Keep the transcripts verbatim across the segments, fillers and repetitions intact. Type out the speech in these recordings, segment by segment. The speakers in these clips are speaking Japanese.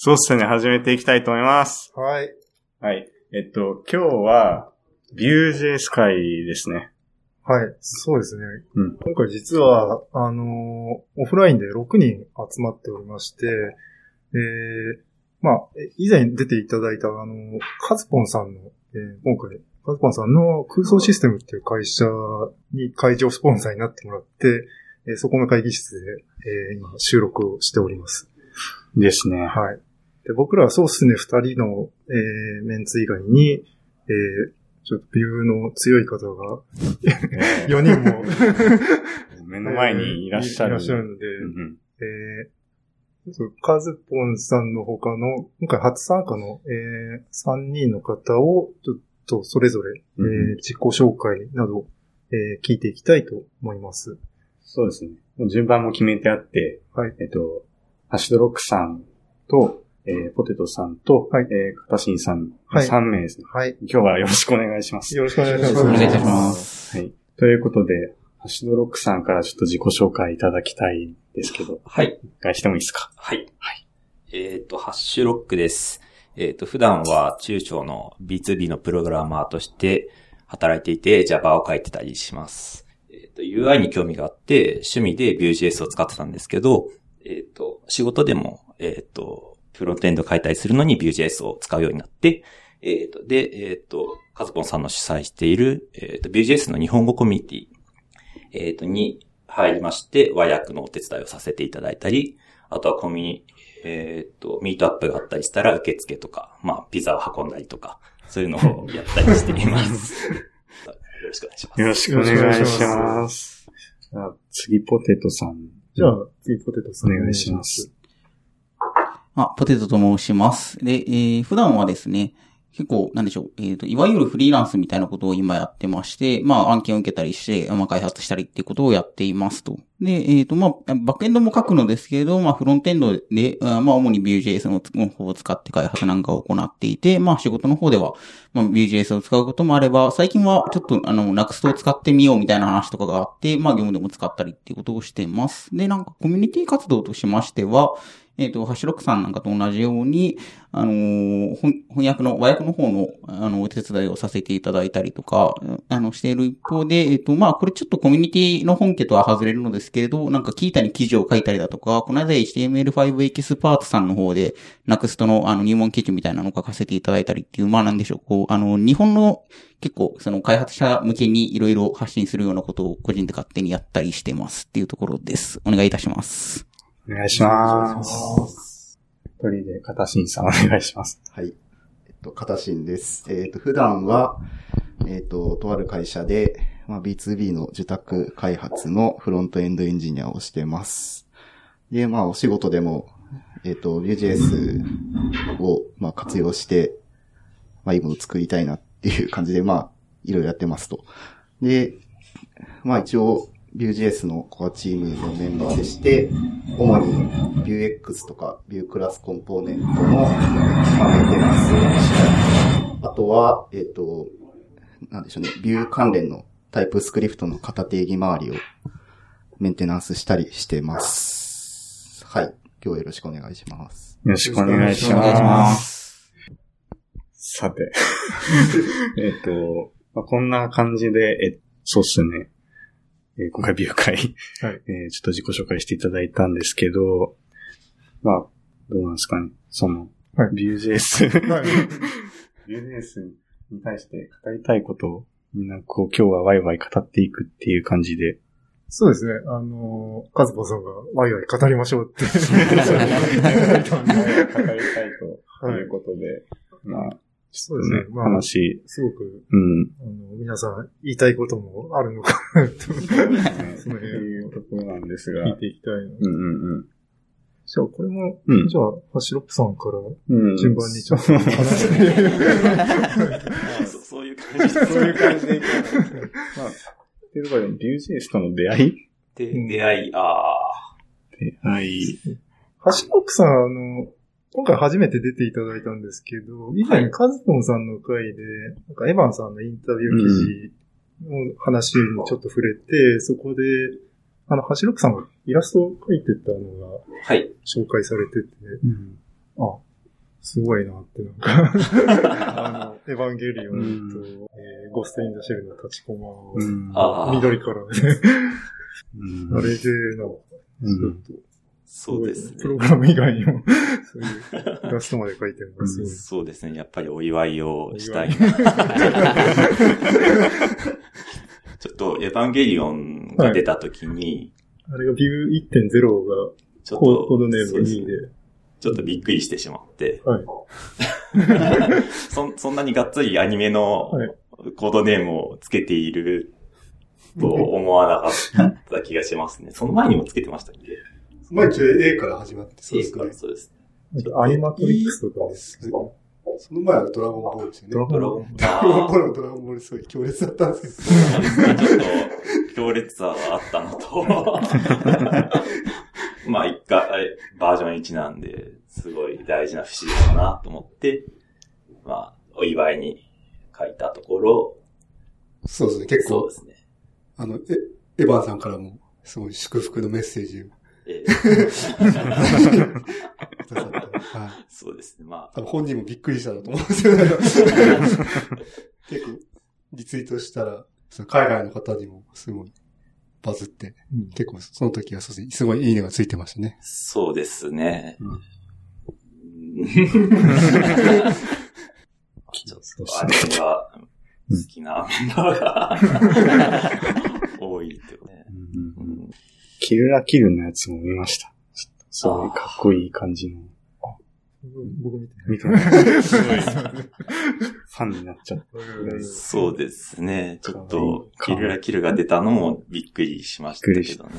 そうっすね、始めていきたいと思います。 はい。 はい。えっと、今日は、Vue.js 会ですね。 はい、そうですね。 うん、 今回実は、あのー、オフラインでろくにん集まっておりまして、えー、まあ、以前出ていただいた、あのー、カズポンさんの、えー、今回、カズポンさんの空想システムっていう会社に会場スポンサーになってもらって、えー、そこの会議室で、えー、今収録をしております。 ですね。 はい。で、僕らはそうですね、二人の、えー、メンツ以外に、えー、ちょっとビューの強い方が、えー、よにんも目の前にいらっしゃる。 いらっしゃるので、 うんうん、 えー、カズポンさんの他の、今回初参加の、えー、さんにんの方を、ちょっとそれぞれ、うんうん、えー、自己紹介など、えー、聞いていきたいと思います。 そうですね。もう順番も決めてあって、はい、えっと、ハッシュドロックさんと、えー、ポテトさんと、はい、えー、カタシンさん、はい、さん名ですね。はい。今日はよろしくお願いします。 よろしくお願いします。 お願いいたします。 はい。ということで、ハッシュドロックさんからちょっと自己紹介いただきたいんですけど。 はい。 お願いしてもいいですか？ はい。はい。えっと、ハッシュロックです。えっと、普段は中小の ビーツービー のプログラマーとして働いていて Java を書いてたりします。えっと、ユーアイ に興味があって趣味で Vue.js を使ってたんですけど、えっと、仕事でも、えっと、フロントエンド書いたりするのに Vue.js を使うようになって、えっと、で、えっと、カズポンさんの主催している、えっと、Vue.js の日本語コミュニティ、えっと、に入りまして、和訳のお手伝いをさせていただいたり、あとはコミュニ、えっと、ミートアップがあったりしたら受付とか、まあ、ピザを運んだりとか、そういうのをやったりしています。よろしくお願いします。 よろしくお願いします。じゃあ、次、ポテトさん。 じゃあ、次、ポテトさん。 お願いします。 あ、ポテトと申します。で、えー、普段はですね、結構、なんでしょう、えっと、いわゆるフリーランスみたいなことを今やってまして、まあ、案件を受けたりして、まあ、開発したりっていうことをやっていますと。で、えっと、まあ、バックエンドも書くのですけれど、まあ、フロントエンドで、まあ、主に Vue.js の方を使って開発なんかを行っていて、まあ、仕事の方では、まあ、Vue.js を使うこともあれば、最近はちょっと、あの、Next を使ってみようみたいな話とかがあって、まあ、業務でも使ったりっていうことをしています。で、なんか、コミュニティ活動としましては、えっと、ハッシュロックさんなんかと同じように、あのー、翻訳の、和訳の方の、あの、お手伝いをさせていただいたりとか、あの、している一方で、えっと、まあ、これちょっとコミュニティの本家とは外れるのですけれど、なんか、キータに記事を書いたりだとか、この間 エイチティーエムエルファイブ エキスパートさんの方で、Next の、あの、入門記事みたいなのを書かせていただいたりっていう、まあ、なんでしょう、こう、あの、日本の、結構、その、開発者向けにいろいろ発信するようなことを個人で勝手にやったりしてますっていうところです。お願いいたします。 お願いします。一人で、カタシンさんお願いします。 はい。えっと、カタシンです。えっと、普段は、えっと、とある会社で、まあ、ビーツービー の受託開発のフロントエンドエンジニアをしてます。で、まあ、お仕事でも、えっと、Vue.js を、まあ、活用して、まあ、いいものを作りたいなっていう感じで、まあ、いろいろやってますと。で、まあ、一応、Vue.js のコアチームのメンバーでして、主に Vuex とか Vue クラスコンポーネントの、まあ、メンテナンスをしたり、あとは、えっと、なんでしょうね、Vue 関連のタイプスクリプトの型定義周りをメンテナンスしたりしてます。はい。今日はよろしくお願いします。 よろしくお願いします。さて。えっと、まあ、こんな感じで、え、そうっすね。えー、今回ビュー会、はいえー、ちょっと自己紹介していただいたんですけど、まあ、どうなんですかね。その、はい、Vue.js、はい、Vue.js に対して語りたいことをみんなこう今日はワイワイ語っていくっていう感じで。 そうですね。あのー、カズポさんがワイワイ語りましょうって。語りたいということで、はい、まあ、そうですね。まあ、 話。 すごく、 うん。 あの、皆さん言いたいこともあるのかなと。その辺いうところなんですが。 聞いていきたいな。うんうんうん。 じゃあ、これも、うん、じゃあ、ハッシュロップさんから順番にちょっと話して、 うん、そういう感じ。 そういう感じでいきます。まあ、っていうところで、Vue.js との出会いで、出会い、ああ。 出会い。 ハッシュロップさん、あの、今回初めて出ていただいたんですけど、以前カズポンさんの回で、なんかエヴァンさんのインタビュー記事の話にちょっと触れて、うん、そこで、あの、ハシロックさんがイラストを描いてたのが、 はい。 紹介されてて、うん、あ、 すごいなって、なんか、あの、エヴァンゲリオンと、えー、ゴーストインザシェルの立ちコマを、緑からね、あれで、なんか、ちょっと、 そうですね。 プログラム以外にも、そういうイラストまで描いてるのがすごい。 そうですね。やっぱりお祝いをしたいな。ちょっと、エヴァンゲリオンが出た時に、 はい、あれがビュー いってんゼロ が、ちょっと、コードネームにで。 ちょっとびっくりしてしまって。 はい。 そ、そんなにがっつりアニメのコードネームをつけていると思わなかった気がしますね。その前にもつけてましたっけ？ まあ一応 A から始まって、 そうですね。そうです。 アニマトリックスとかですね。 その前はドラゴンボールですよね。 ドラゴンボール。 ドラゴンボールのドラゴンボールすごい強烈だったんですけど。 そうですね。ちょっと強烈さがあったのと、まあ一回、バージョンいちなんで、すごい大事な節だなと思って、まあ、お祝いに書いたところ、 そうですね、結構。 そうですね。 あの、え、エヴァンさんからも、すごい祝福のメッセージを。ええ、はい、 そうですね、まあ。 多分本人もびっくりしたと思うんですよね。結構、リツイートしたら、海外の方にもすごいバズって、うん、結構その時はそうですね、すごいいいねがついてましたね。 そうですね。うん、ちょっとあれは好きなメンバーが多いってことね。 うんうん、キルラキルのやつも見ました。すごいかっこいい感じの。 僕見て見てない。すごい。ファンになっちゃった。 そうですね。ちょっと、キルラキルが出たのもびっくりしましたけどね。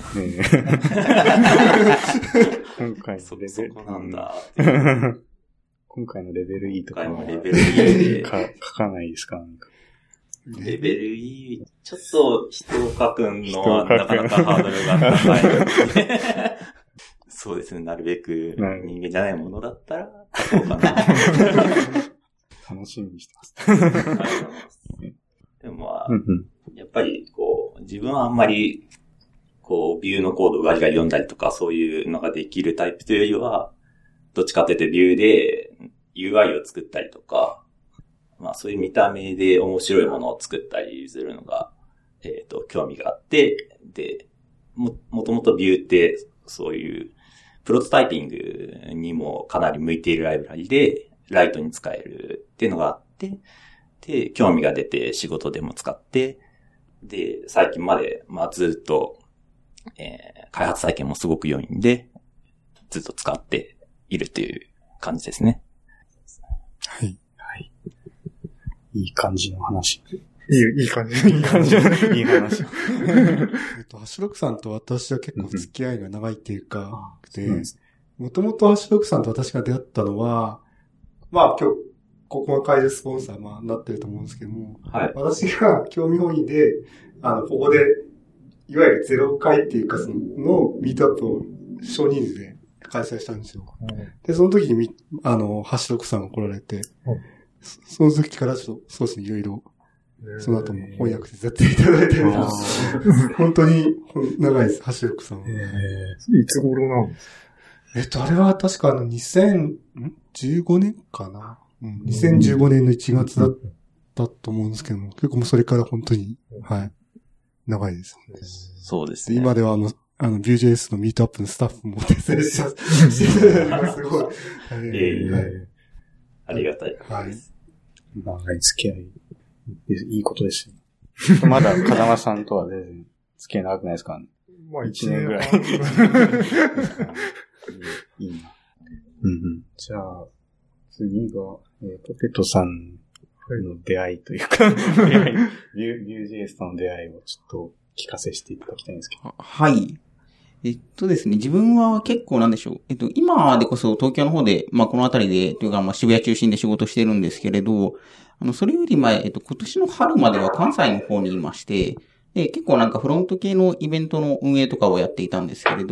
今回のレベル。 そこなんだ。 今回のレベル E とかはレベル E で書かないですか？なんかレベル E、ちょっと人を書くのはなかなかハードルが高い。そうですね。なるべく人間じゃないものだったら書こうかな。 楽しみにしてます。 でもまあ、やっぱりこう、自分はあんまり、こう、ビューのコードをガリガリ読んだりとかそういうのができるタイプというよりは、どっちかというとビューで ユーアイ を作ったりとか、まあそういう見た目で面白いものを作ったりするのが、えっと、興味があって、で、も、もともとビューってそういうプロトタイピングにもかなり向いているライブラリで、ライトに使えるっていうのがあって、で、興味が出て仕事でも使って、で、最近まで、まあずっと、えー、開発体験もすごく良いんで、ずっと使っているという感じですね。 はい。はい。いい感じの話。 いい、いい感じ。いい感じ。 いい話。 えっと、ハッシュロックさんと私は結構付き合いが長いっていうか、で、もともとハッシュロックさんと私が出会ったのは、まあ今日、ここが会社スポンサーまあなってると思うんですけども、 はい、 私が興味本位で、あの、ここで、いわゆるゼロ回っていうか、その、のミートアップを少人数で開催したんですよ。うん、で、その時にみ、あの、ハッシュロックさんが来られて、うん、そ, その時からちょっと、そうですね、いろいろ、その後も翻訳手伝っていただいて、本当に長いです、ハッシュロックさんは。 いつ頃なんですか？ えっと、あれは確かあの、にせんじゅうごねんかな、うん、にせんじゅうごねんのいちがつだったと思うんですけども、結構もうそれから本当に、はい、長いです。 そうですね。 今ではあの、あの、ビュージェイエス のミートアップのスタッフも手伝いして、すごい。 えーはい、ありがたい。 はい。 長い付き合い。いいことですよ。まだ風間さんとは全然付き合い長くないですか？ まあ一年ぐらい。 いいな。うんうん。じゃあ、次が、えー、ポテトさんの出会いというか、出会い、ビュージェイエス との出会いをちょっと聞かせしていただきたいんですけど。 はい。えっとですね、自分は結構なんでしょう。えっと、今でこそ東京の方で、まあこの辺りで、というかまあ渋谷中心で仕事してるんですけれど、あの、それより前、えっと、今年の春までは関西の方にいまして、で、結構なんかフロント系のイベントの運営とかをやっていたんですけれど、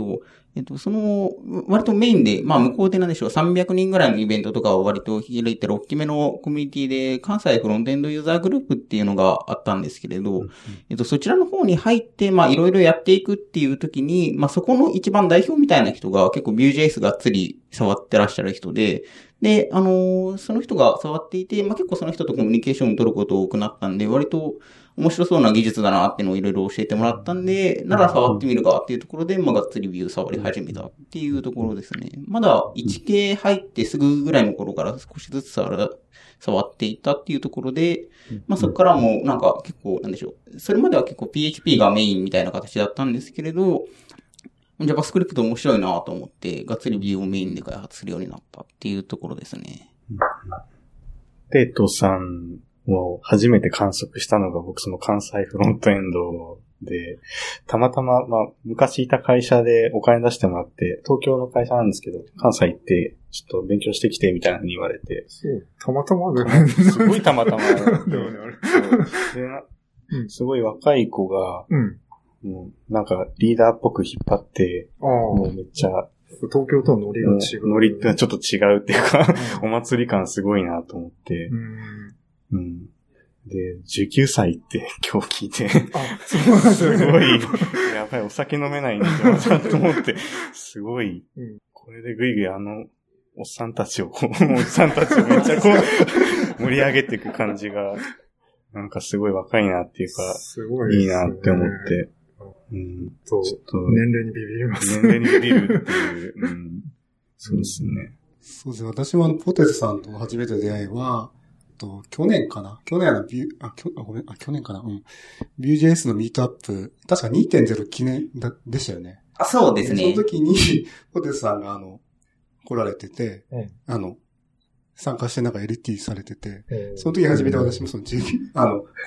えっと、その、割とメインで、まあ向こうでなんでしょう、さんびゃくにんぐらいのイベントとかを割と開いてる大きめのコミュニティで、関西フロントエンドユーザーグループっていうのがあったんですけれど、うん、えっと、そちらの方に入って、まあいろいろやっていくっていう時に、まあそこの一番代表みたいな人が結構 Vue.js がっつり触ってらっしゃる人で、で、あのー、その人が触っていて、まあ結構その人とコミュニケーションを取ること多くなったんで、割と面白そうな技術だなっていうのをいろいろ教えてもらったんで、なら触ってみるかっていうところで、まあがっつりビュー触り始めたっていうところですね。まだ いちケー 入ってすぐぐらいの頃から少しずつ触っていったっていうところで、まあそこからもなんか結構なんでしょう。それまでは結構 ピーエイチピー がメインみたいな形だったんですけれど、JavaScript 面白いなと思って、がっつりビューをメインで開発するようになったっていうところですね。 テイトさんを初めて観測したのが僕その関西フロントエンドで、たまたま、まあ、昔いた会社でお金出してもらって、東京の会社なんですけど、関西行って、ちょっと勉強してきてみたいな風に言われて。 そう、たまたまだよね。 すごいたまたま。でもね、あれ。で、すごい若い子が、うん、もうなんかリーダーっぽく引っ張って、もうめっちゃ、 東京とはノリが違う。 ノリってのはちょっと違うっていうか、お祭り感すごいなと思って。うんうん、で、じゅうきゅうさいって今日聞いて、あ、そうなんですよね。すごい、やばい、お酒飲めないんだと思って、すごい、うん、これでぐいぐいあの、おっさんたちを、こう、おっさんたちをめっちゃこう、盛り上げていく感じが、なんかすごい若いなっていうか、すごい、いいなって思って、うん、 ちょっと年齢にビビります。 年齢にビビるっていう、うん、そうですね。 そうですね。私もポテトさんと初めて出会いは、と去年かな去年のビュー、あ、きょ、あ、ごめん、あ、去年かなうん。Vue.js のミートアップ、確か にてんゼロ 記念だ、でしたよね。 あ、そうですね。 その時に、ポテトさんがあの、来られてて、うん、あの、参加してなんか エルティー されてて、うん、その時初めて私もそのじゅうきゅう、あの、ここ、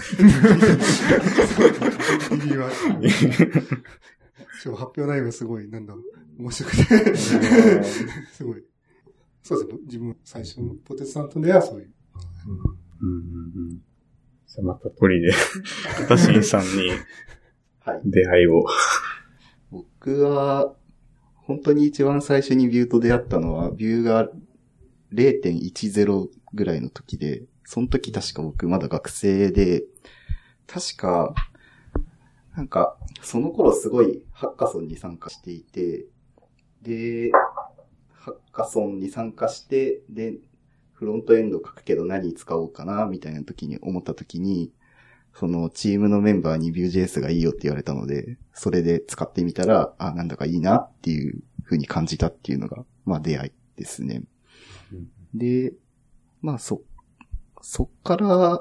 ビビりましたね。発表内容がすごい、なんだろう、面白くて、すごい。そうですね。自分最初のポテトさんと出会はそういう。 うんうんうん。じゃあまた鳥で、カタシンさんに出会いを。はい、 僕は、本当に一番最初にビューと出会ったのは、ビューが れいてんいちゼロ ぐらいの時で、その時確か僕まだ学生で、確か、なんか、その頃すごいハッカソンに参加していて、で、ハッカソンに参加して、で、フロントエンド書くけど何使おうかな、みたいな時に思った時に、そのチームのメンバーに Vue.js がいいよって言われたので、それで使ってみたら、あ、なんだかいいなっていう風に感じたっていうのが、まあ出会いですね。うん、で、まあそ、そっから、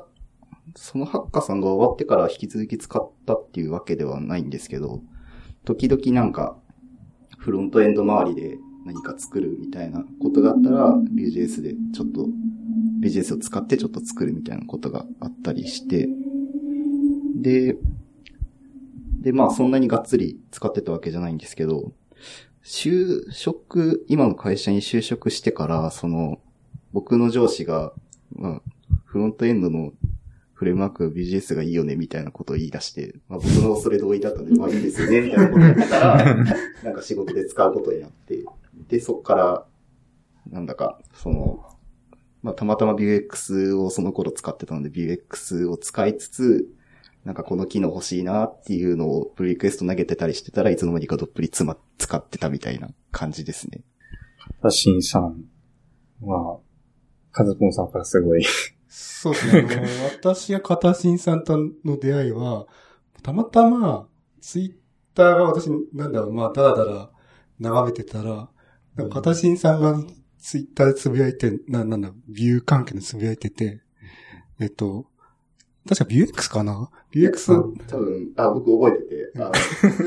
そのハッカさんが終わってから引き続き使ったっていうわけではないんですけど、時々なんか、フロントエンド周りで何か作るみたいなことがあったら、Vue.js でちょっと、Vue.js を使ってちょっと作るみたいなことがあったりして、で、で、まあそんなにがっつり使ってたわけじゃないんですけど、就職、今の会社に就職してから、その、僕の上司が、まあ、フロントエンドのフレームワーク Vue.js がいいよねみたいなことを言い出して、まあ僕もそれ同意だったので、まあいいですよねみたいなことを言ったら、なんか仕事で使うことになって、で、そっから、なんだか、その、まあたまたま Vuex をその頃使ってたので Vuex を使いつつ、なんかこの機能欲しいなっていうのをプリクエスト投げてたりしてたらいつの間にかどっぷりつま、使ってたみたいな感じですね。 カタシンさんは、カズポンさんからすごい。 そうですね。あの私やカタシンさんとの出会いは、たまたまツイッターが私、なんだろう、まあただただ眺めてたら、なんかカタシンさんがツイッターでつぶやいて、な、なんだ、ビュー関係でつぶやいてて、えっと、確か Vuex かな ?Vuex? 多分、あ、僕覚えてて、あの、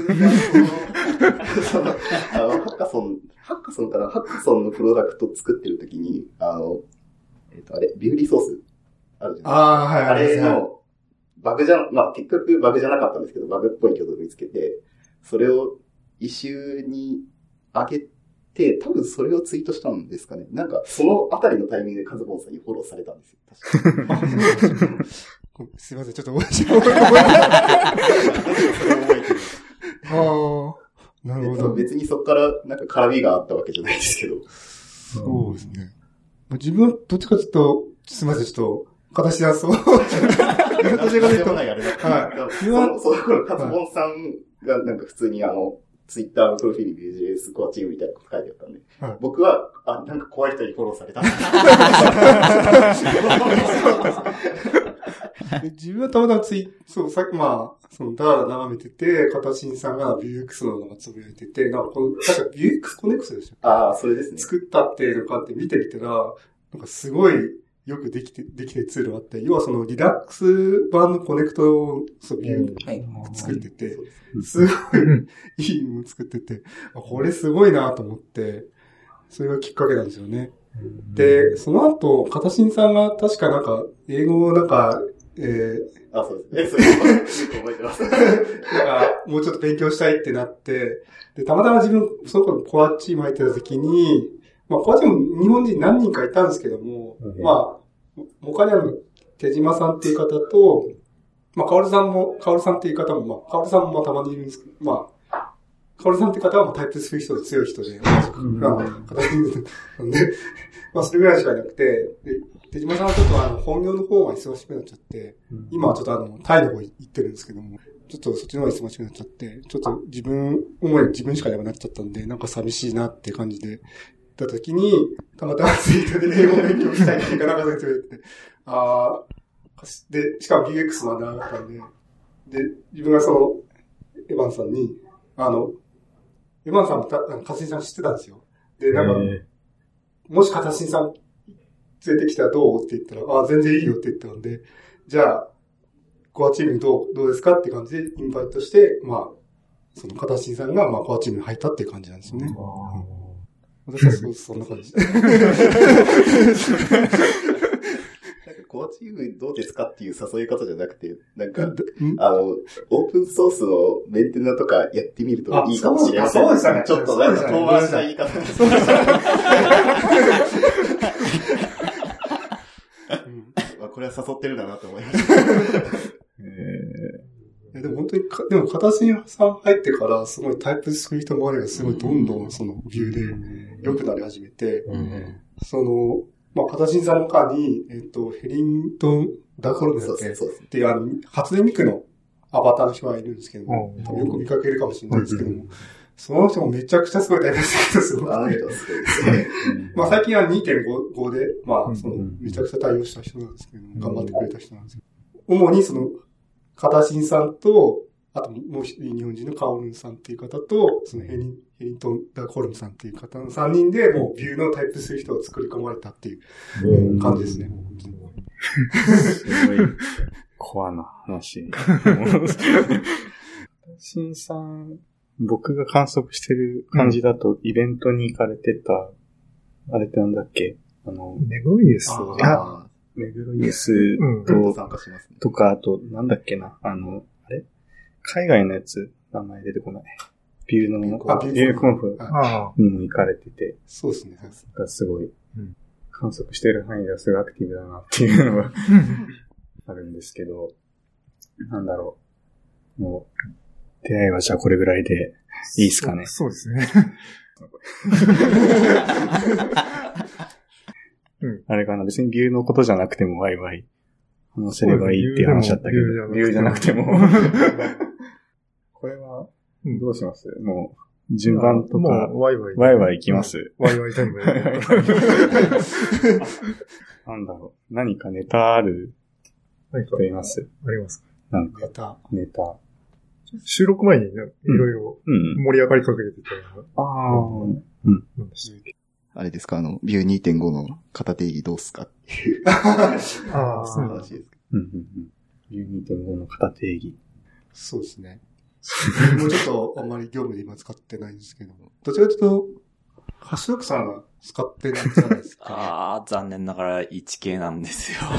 その、あの、ハッカソン、ハッカソンかなハッカソンのプロダクト作ってるときに、あの、えっと、あれ、ビューリソースあるじゃないですか。 ああ、はい、 あれの、バグじゃ、まあ、結局バグじゃなかったんですけど、バグっぽい挙動を見つけて、それをイシューに上げて、多分それをツイートしたんですかね。なんか、そのあたりのタイミングでカズボンさんにフォローされたんですよ。確かに。 すいません、ちょっと覚えてない。覚えてない。ああ、 なるほど。 別にそこからなんか絡みがあったわけじゃないですけど。 そうですね。自分はどっちかちょっと、すみません、ちょっと、形はそう。 私が出てないあれだ。 はい。 その、その頃、カツボンさんがなんか普通にあの、ツイッターのプロフィールに ビージーエス コアチームみたいなこと書いてあったんで、はい、僕は、あ、なんか怖い人にフォローされた。 自分はたまたまツイそう、さっきまあ、その、だらだら眺めてて、カタシンさんが ビューエックス の名がつぶやいてて、なんかこの、確か ビューエックス コネクトでしょ。 ああ、それですね。 作ったっていうのかって見てみたら、なんかすごいよくできて、できてるツールがあって、要はそのリラックス版のコネクトを、そう、ビュー作ってて、すごいいいもの作ってて、これすごいなと思って、それがきっかけなんですよね。で、その後、カタシンさんが確かなんか、英語をなんか、えー、あ、そうですね。覚えてます。 なんか、もうちょっと勉強したいってなって、で、たまたま自分、その頃コアチーム入ってた時に、まあ、コアチーム日本人何人かいたんですけども、うん、まあ、他にある手島さんっていう方と、まあ、カオルさんも、カオルさんっていう方も、まあ、カオルさんもたまにいるんですけど、まあ、カオルさんっていう方はもうタイプスフィー人で強い人で、同じく、うん、形になんで、まあ、それぐらいしかいなくて、で手島さんはちょっとあの、本業の方が忙しくなっちゃって、うん、今はちょっとあの、タイの方行ってるんですけども、ちょっとそっちの方が忙しくなっちゃって、ちょっと自分、思い自分しかいなくなっちゃったんで、なんか寂しいなって感じで、た時に、たまたまツイートで英語を勉強したいっていうかなんかそう言って、あー、で、しかも ビーエックス までなかったんで、で、自分がその、エヴァンさんに、あの、エヴァンさんもた、あの、カタシンさん知ってたんですよ。で、なんか、もしカタシンさん連れてきたらどうって言ったら、ああ、全然いいよって言ったので、じゃあ、コアチームにどう、どうですかって感じでインバイトして、まあ、そのカタシンさんが、まあ、コアチームに入ったっていう感じなんですよね。私はそう、そんな感じ。 コアチームどうですかっていう誘い方じゃなくて、なんか、あの、オープンソースのメンテナとかやってみるといいかもしれません。 そうですね。 ちょっとなんか遠回しな言い方。そうですね。これは誘ってるんだなと思いました。 えー、でも本当にか、でも、カタシンさん入ってから、すごいタイプスクリプト周りがすごいどんどんそのビューで良くなり始めて、うん、その、まあ、カタシンさんの中に、えっと、ヘリントン・ダーコロムだっけっていう、あの、初音ミクのアバターの人がいるんですけども、多分よく見かけるかもしれないですけども、その人もめちゃくちゃすごいタイプスクリプトすごくて。 あの人はすごいですね。 まあ最近は にてんご で、まあその、めちゃくちゃ対応した人なんですけども、頑張ってくれた人なんですけど、主にその、カタシンさんと、あともう一人日本人のカオルンさんっていう方と、そのヘリン、ヘリントン・ダーコルムさんっていう方のさんにんで、もうビューのタイプする人を作り込まれたっていう感じですね。 すごい、コアな話。カタシンさん、僕が観測してる感じだと、うん、イベントに行かれてた、あれってなんだっけあの、 メグロイエスと、あメグロイエスと、 うん、参加しますね。 とか、あと、なんだっけな、あの、あれ海外のやつ、名前出てこない。ビューの、ビューコンフにも行かれてて、 そうですね。 がすごい、うん、観測してる範囲ではすごいアクティブだなっていうのがあるんですけど、なんだろう。もう、出会いはじゃあこれぐらいでいいですかね。 そ, そうですね。 うん、あれかな、別にビューのことじゃなくてもワイワイ話せればいいっていう話だったけど、ビューじゃなくても。これは、どうします？もう、順番とか、もうワイワイ。ワイワイ行きます。 ワイワイ全部。 なんだろう。何かネタあると言います？ あります。 なんか、ネタ。ネタ。 収録前にいろいろ盛り上がりかけてたような。 ああ。うん。 あれですか、あの、ビュー にてんご の型定義どうすかっていう。ああ、そういう話ですか。 うんうんうん。ビュー にてんご の型定義。 そうですね。もうちょっとあんまり業務で今使ってないんですけども。どちらかというと、ハッシュロックさんが使ってないじゃないですか。 ああ、残念ながらいち系なんですよ。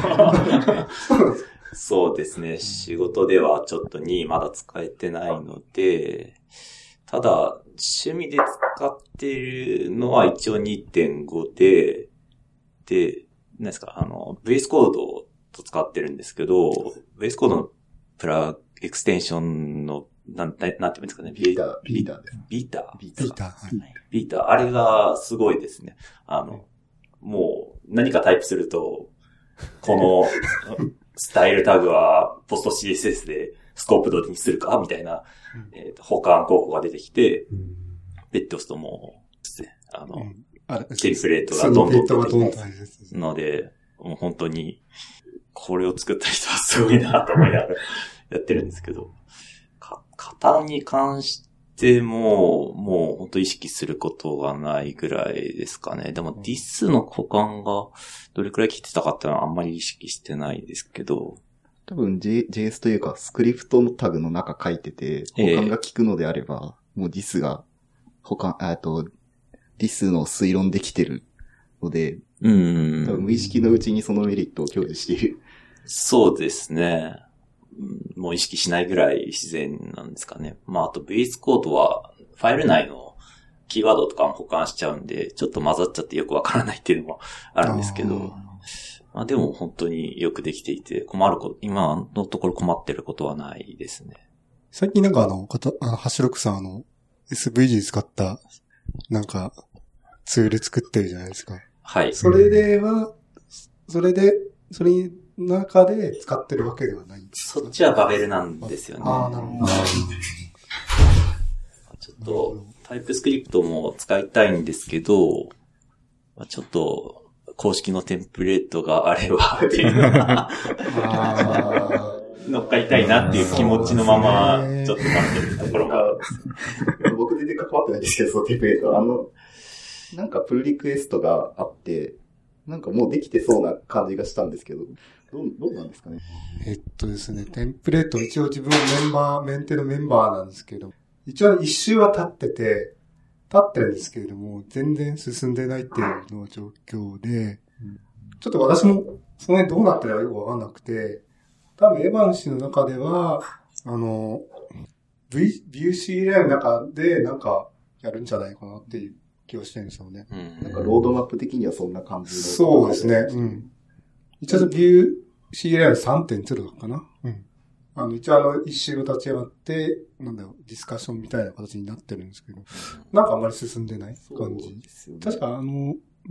そうですね。仕事ではちょっとにまだ使えてないので、ただ、趣味で使っているのは一応 にてんご で、で、何ですか、あの、ベースコードと使ってるんですけど、ベースコードのプラ、エクステンションのなん、なんていうんですかね。 ビーター、ビーターです。 ビーター。 ビーター。はい。 ビーター。あれがすごいですね。あの、もう何かタイプすると、このスタイルタグはポスト シーエスエス でスコープどれにするかみたいな、えーと、保管候補が出てきて、ペット押すともう、あの、うんテンプレートがどんどん出てきてので、もう本当に、これを作った人はすごいなと思いながらやってるんですけど、か型に関しても、もう本当意識することがないぐらいですかね。でもディスの保管がどれくらい効いてたかっていうのはあんまり意識してないですけど、 多分 J、ジェイエス というかスクリプトのタグの中書いてて、保管が効くのであれば、えー、もうディスが保管、えっと、ディスの推論できてるので、 うん。 多分無意識のうちにそのメリットを享受している。 そうですね。もう意識しないぐらい自然なんですかね。まあ、あと ブイエス コードはファイル内のキーワードとかも保管しちゃうんで、ちょっと混ざっちゃってよくわからないっていうのもあるんですけど、あまあでも本当によくできていて、困ること、今のところ困ってることはないですね。 最近なんかあの、かたあのハッシュロックさんあの、エスブイジー 使った、なんか、ツール作ってるじゃないですか。 はい。 それでは、それで、それの中で使ってるわけではないんですか？ そっちはバベルなんですよね。 ああ、なるほど。 ちょっと、タイプスクリプトも使いたいんですけど、ちょっと、公式のテンプレートがあれば、っていうのが乗っかりたいなっていう気持ちのまま、ちょっと待ってるところが。 僕全然関わってないんですけど、そのテンプレート。あの、なんかプルリクエストがあって、なんかもうできてそうな感じがしたんですけど、どう、どうなんですかね。 えっとですね、テンプレート、一応自分はメンバー、メンテのメンバーなんですけど、一応一周は経ってて、経ってるんですけれども、全然進んでないっていうの状況で、ちょっと私もその辺どうなってるかよくわかんなくて、多分エヴァン氏の中では、あの、V、ビューシーエルアイ の中でなんかやるんじゃないかなっていう気をしてるんですよね。 うん、なんかロードマップ的にはそんな感じの。 そうですね。うん。一応ビューシーエルアイ の さんてんゼロ かな。うん。あの、一応あの、一周を立ち上がって、なんだろう、ディスカッションみたいな形になってるんですけど、なんかあんまり進んでない感じ。ですよね、確かあの、うん、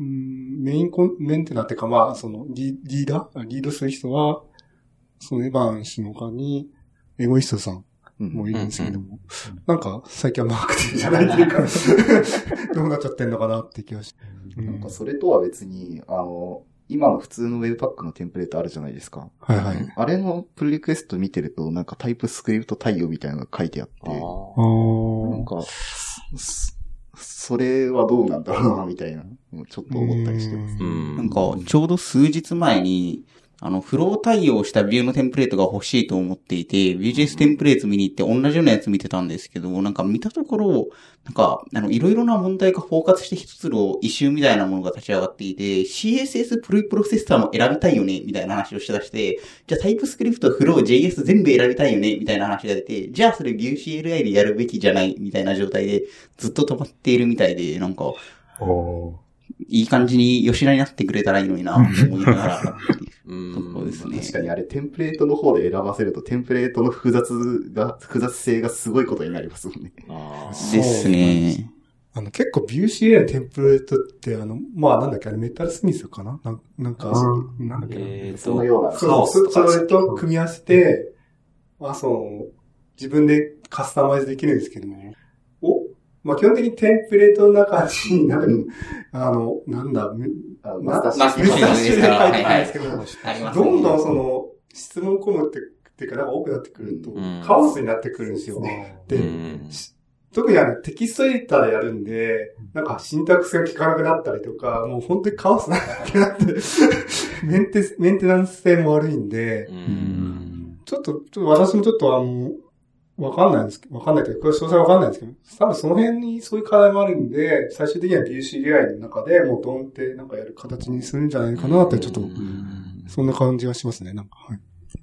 メインコン、メンテナっていうかまあ、そのリ、リーダーリードする人は、そのエヴァン氏の他に、エゴイストさんもいるんですけども、うんうん、なんか最近はマークティングじゃないっていうか、どうなっちゃってんのかなって気がして。 うん、なんかそれとは別に、あの、今の普通の Webpack のテンプレートあるじゃないですか。 はいはい。 あれのプルリクエスト見てると、なんかタイプスクリプト対応みたいなのが書いてあって、あなんか、それはどうなんだろうな、みたいな、ちょっと思ったりしてます。 なんか、ちょうど数日前に、あの、フロー対応したビューのテンプレートが欲しいと思っていて、ビュージェイエス テンプレート見に行って同じようなやつ見てたんですけど、なんか見たところ、なんか、あの、いろいろな問題が包括して一つのイシューみたいなものが立ち上がっていて、シーエスエス プルプロセッサーも選びたいよね、みたいな話をして出して、じゃあタイプスクリプト、フロー、ジェイエス 全部選びたいよね、みたいな話が出て、じゃあそれビュー シーエルアイ でやるべきじゃない、みたいな状態でずっと止まっているみたいで、なんか、 おいい感じに吉田になってくれたらいいのにな、と思いながら。そうですね。 確かにあれテンプレートの方で選ばせるとテンプレートの複雑が、複雑性がすごいことになりますもんね。 あですね。 あの結構ビュー シーエルアイ のテンプレートってあの、まあなんだっけあれメタルスミスかなななんか、うん、なんだっけ、 えー、 そのような。 そう、それと組み合わせて、まあその、自分でカスタマイズできるんですけども、おまあ基本的にテンプレートの中に、なんか、うん、あの、なんだ、 あマスターシート。マスターシートで書いてないんですけど、 はいはい、 どんどんその、質問込むって、っていうか、なんか多くなってくると、うん、カオスになってくるんですよ。で、うん、特にあの、テキストエディターでやるんで、なんかシンタックスが効かなくなったりとか、もう本当にカオスなってなって、メンテ、メンテナンス性も悪いんで、うん、ちょっと、ちょっと私もちょっとあの、わかんないんですけど、わかんないというか、詳細わかんないんですけど、多分その辺にそういう課題もあるんで、最終的には ビューシーエルアイ の中でもうドンってなんかやる形にするんじゃないかなって、ちょっと、そんな感じがしますね、なんか。はい、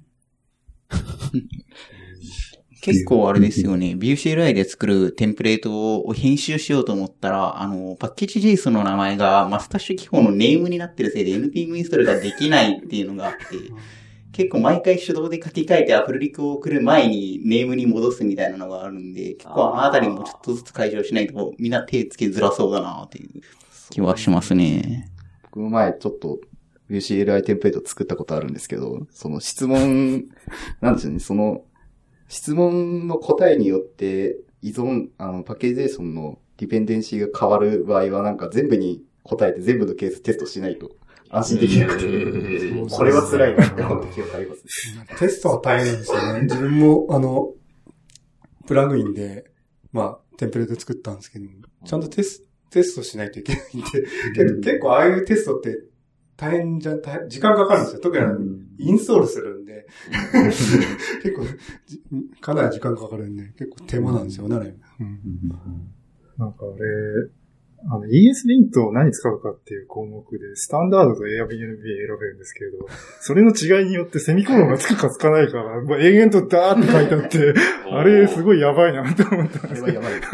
結構あれですよね、ビューシーエルアイ で作るテンプレートを編集しようと思ったら、あの、パッケージ ジェイソン の名前がマスタッシュ記法のネームになってるせいで エヌピーエム インストールができないっていうのがあって、 結構毎回手動で書き換えてアプリリクを送る前にネームに戻すみたいなのがあるんで、結構あのあたりもちょっとずつ解消しないとみんな手つけづらそうだなっていう気はしますね。 僕も前ちょっと ビューシーエルアイ テンプレート作ったことあるんですけど、その質問、なんですよね、その質問の答えによって依存、あのパッケージ JSON のディペンデンシーが変わる場合はなんか全部に答えて全部のケーステストしないと安心できなくて、これは辛いなって思って記憶あります。 テストは大変なんですよね。自分もあの、プラグインで、まあ、テンプレート作ったんですけど、ちゃんとテスト、テストしないといけないんで、けど結構ああいうテストって大変じゃ、大変時間かかるんですよ。特にインストールするんで、結構かなり時間かかるんで、結構手間なんですよね、あれ。うん、 なんかあれ、あの イーエス リントを何使うかっていう項目で、スタンダードと Airbnb 選べるんですけれど、それの違いによってセミコロンがつくかつかないかが、まあ、永遠とダーって書いてあって、あれすごいやばいなって思ったんですけど。あれはやばい。あれ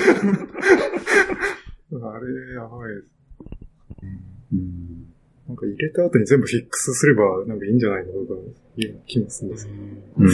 やばいです。うん、なんか入れた後に全部フィックスすればなんかいいんじゃないのとかいう気もするんですけど。うん、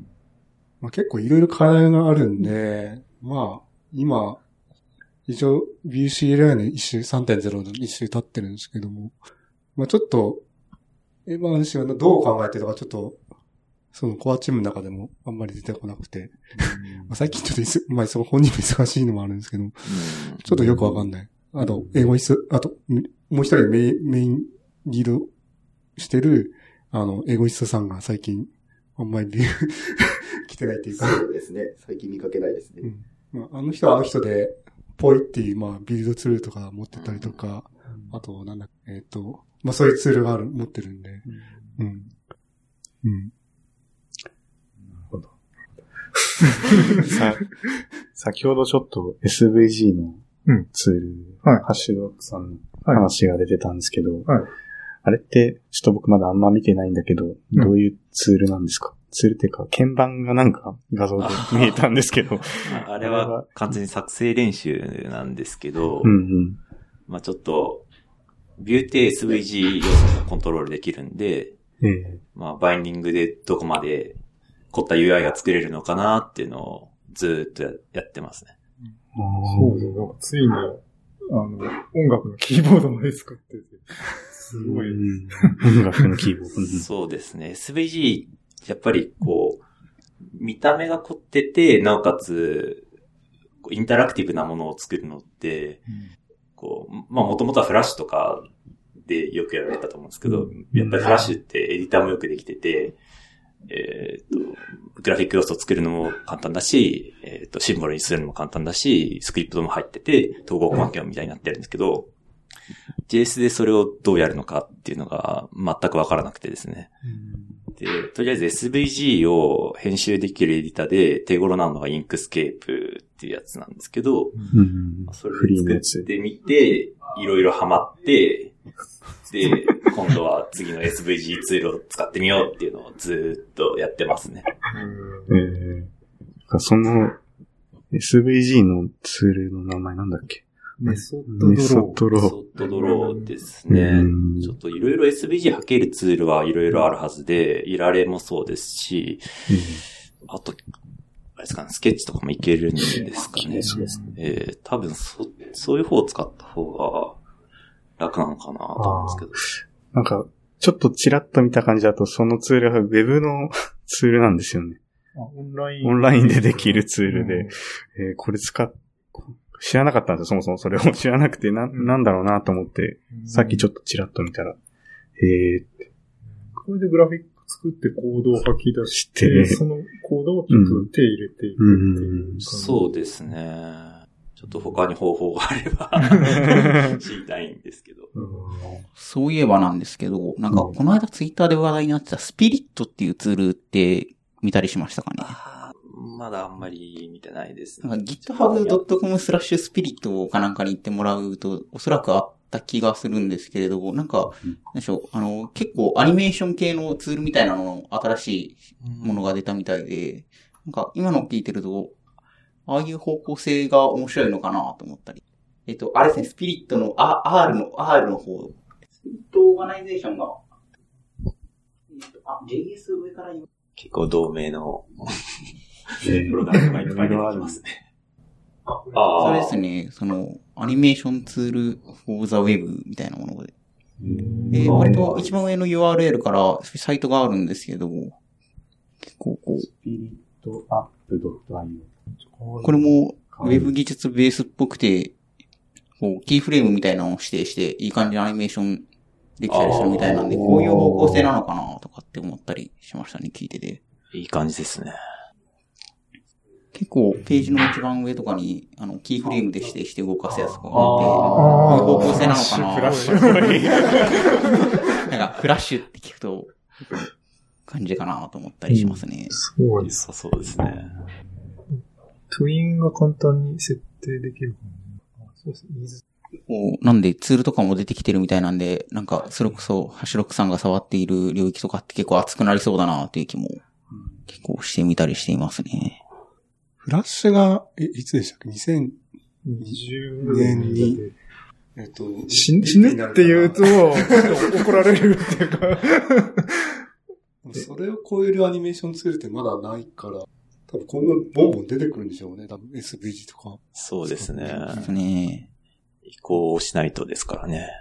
まあ、結構いろいろ課題があるんで、まあ今、一応 ビューシーエルアイ の一周 さんてんゼロ の一周経ってるんですけども、まあちょっと、え、まあ私はどう考えてるかちょっと、そのコアチームの中でもあんまり出てこなくて、まあ最近ちょっといす、まあその本人も忙しいのもあるんですけど、ちょっとよくわかんない。あと、英語室、あと、もう一人メイン、メインリードしてる、あの、英語室さんが最近あんまり来てないっていうか。 そうですね。最近見かけないですね。 うん、まあ、あの人はあの人で、ポイっていう、まあ、ビルドツールとか持ってたりとか、うん、あと、なんだ、えっ、ー、と、まあ、そういうツールがある、持ってるんで、うん。うん。うん、 なるほど。さ、先ほどちょっと エスブイジー のツール、うんはい、ハッシュドックさんの話が出てたんですけど、はい、あれって、ちょっと僕まだあんま見てないんだけど、どういうツールなんですか？うんツールっていうか、鍵盤がなんか画像で見えたんですけど。 あれは完全に作成練習なんですけど、 うんうん、 まあちょっと、ビューって エスブイジー 要素がコントロールできるんで、 えー、 まあバインディングでどこまで凝った ユーアイ が作れるのかなっていうのをずーっとやってますね。 そうですね。なんかついに、あの、音楽のキーボードまで作ってて、すごい。 音楽のキーボード。 そうですね。エスブイジー、やっぱりこう、見た目が凝ってて、なおかつ、インタラクティブなものを作るのって、うん、こう、まあもともとはフラッシュとかでよくやられたと思うんですけど、うん、やっぱりフラッシュってエディターもよくできてて、えっと、グラフィック要素を作るのも簡単だし、えっと、シンボルにするのも簡単だし、スクリプトも入ってて、統合環境みたいになってるんですけど、ジェイエス でそれをどうやるのかっていうのが全くわからなくてですね。うんで、とりあえず エスブイジー を編集できるエディタで手頃なのがインクスケープっていうやつなんですけど、 うん、 それで作ってみて、いろいろハマって、で、今度は次の エスブイジー ツールを使ってみようっていうのをずっとやってますね。 えー、その エスブイジー のツールの名前なんだっけ？ メソッドドロー。メソッドロー。 メソッドドローですね。ちょっといろいろ エスブイジー はけるツールはいろいろあるはずで、いられもそうですし、うん、あと、あれですかね、スケッチとかもいけるんですかね。そうですね。えー、多分そ、そういう方を使った方が楽なのかなと思うんですけど。 なんか、ちょっとチラッと見た感じだと、そのツールは Web のツールなんですよね。 あ、オンライン。 オンラインでできるツールで、うんえー、これ使っ知らなかったんですよ、そもそもそれを知らなくて、な、なんだろうなと思って、うん、さっきちょっとチラッと見たら、へーって。 これでグラフィック作ってコードを吐き出して、そのコードをちょっと手入れていくっていう、うんうん。 そうですね。ちょっと他に方法があれば知りたいんですけど、うん。 そういえばなんですけど、なんかこの間ツイッターで話題になってたスピリットっていうツールって見たりしましたかね？ まだあんまり見てないです、 ね。なんか ギットハブドットコム スラッシュスピリットかなんかに行ってもらうと、おそらくあった気がするんですけれど、なんか、うん、なんでしょう、あの、結構アニメーション系のツールみたいなのの新しいものが出たみたいで、うん、なんか今の聞いてると、ああいう方向性が面白いのかなと思ったり。えっと、あれですね、スピリットの、あ、R の、R の方、スピリットオーガナイゼーションが、えっとあ、ジェイエス 上から言う。 結構同名のプログラムがいっぱい出てきますね。 ああ。そうですね。その、アニメーションツール for the web みたいなもので。えー、割と一番上の ユーアールエル からサイトがあるんですけど、結構こう。スピリットアップ .io。これも Web 技術ベースっぽくて、こう、キーフレームみたいなのを指定して、いい感じのアニメーションできたりするみたいなんで、こういう方向性なのかなとかって思ったりしましたね、聞いてて。 いい感じですね。 結構、ページの一番上とかに、あの、キーフレームで指定して動かすやつとかがあって、こういう方向性なのかな。フラッシュ。なんか、フラッシュって聞くと、感じかなと思ったりしますね。 そうです。 そうですね。 トゥインが簡単に設定できるかな。そうですね。 こうなんで、ツールとかも出てきてるみたいなんで、なんか、それこそ、ハシロックさんが触っている領域とかって結構熱くなりそうだなという気も、結構してみたりしていますね。 フラッシュが、え、いつでしたっけ ?にせんにじゅうねんに、えっと、 死ぬって言うと、怒られるっていうか。 それを超えるアニメーションツールってまだないから、多分今後ボンボン出てくるんでしょうね。多分 エスブイジー とか。 そうですね。 ですね。 移行しないとですからね。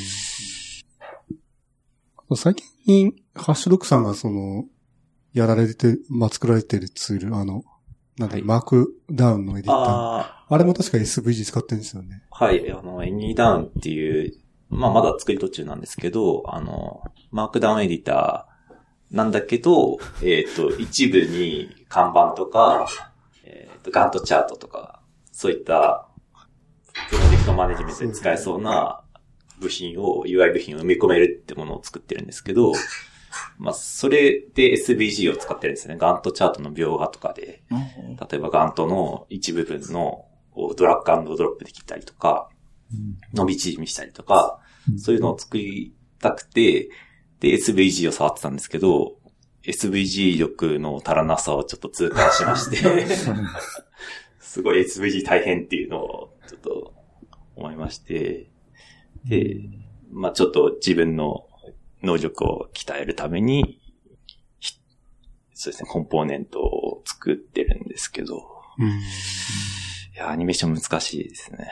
うん、最近、ハッシュロックさんがその、やられて、まあ、作られてるツール、あの、なんだ、はい、マークダウンのエディター。あ, あれも確か エスブイジー 使ってるんですよね。 はい。あの、エニーダウンっていう、まあまだ作り途中なんですけど、あの、マークダウンエディターなんだけど、えっ、ー、と、一部に看板とか、えっ、ー、と、ガントチャートとか、そういったプロジェクトマネジメントで使えそうな部品を、ユーアイ 部品を埋め込めるってものを作ってるんですけど、まあ、それで エスブイジー を使ってるんですね。ガントチャートの描画とかで、例えばガントの一部分のドラッグアンドドロップできたりとか、伸び縮みしたりとか、そういうのを作りたくて、で、エスブイジー を触ってたんですけど、エスブイジー 力の足らなさをちょっと痛感しまして、すごい エスブイジー 大変っていうのをちょっと思いまして、で、まあちょっと自分の能力を鍛えるために、そうですね、コンポーネントを作ってるんですけど、うん、いや、アニメーション難しいですね。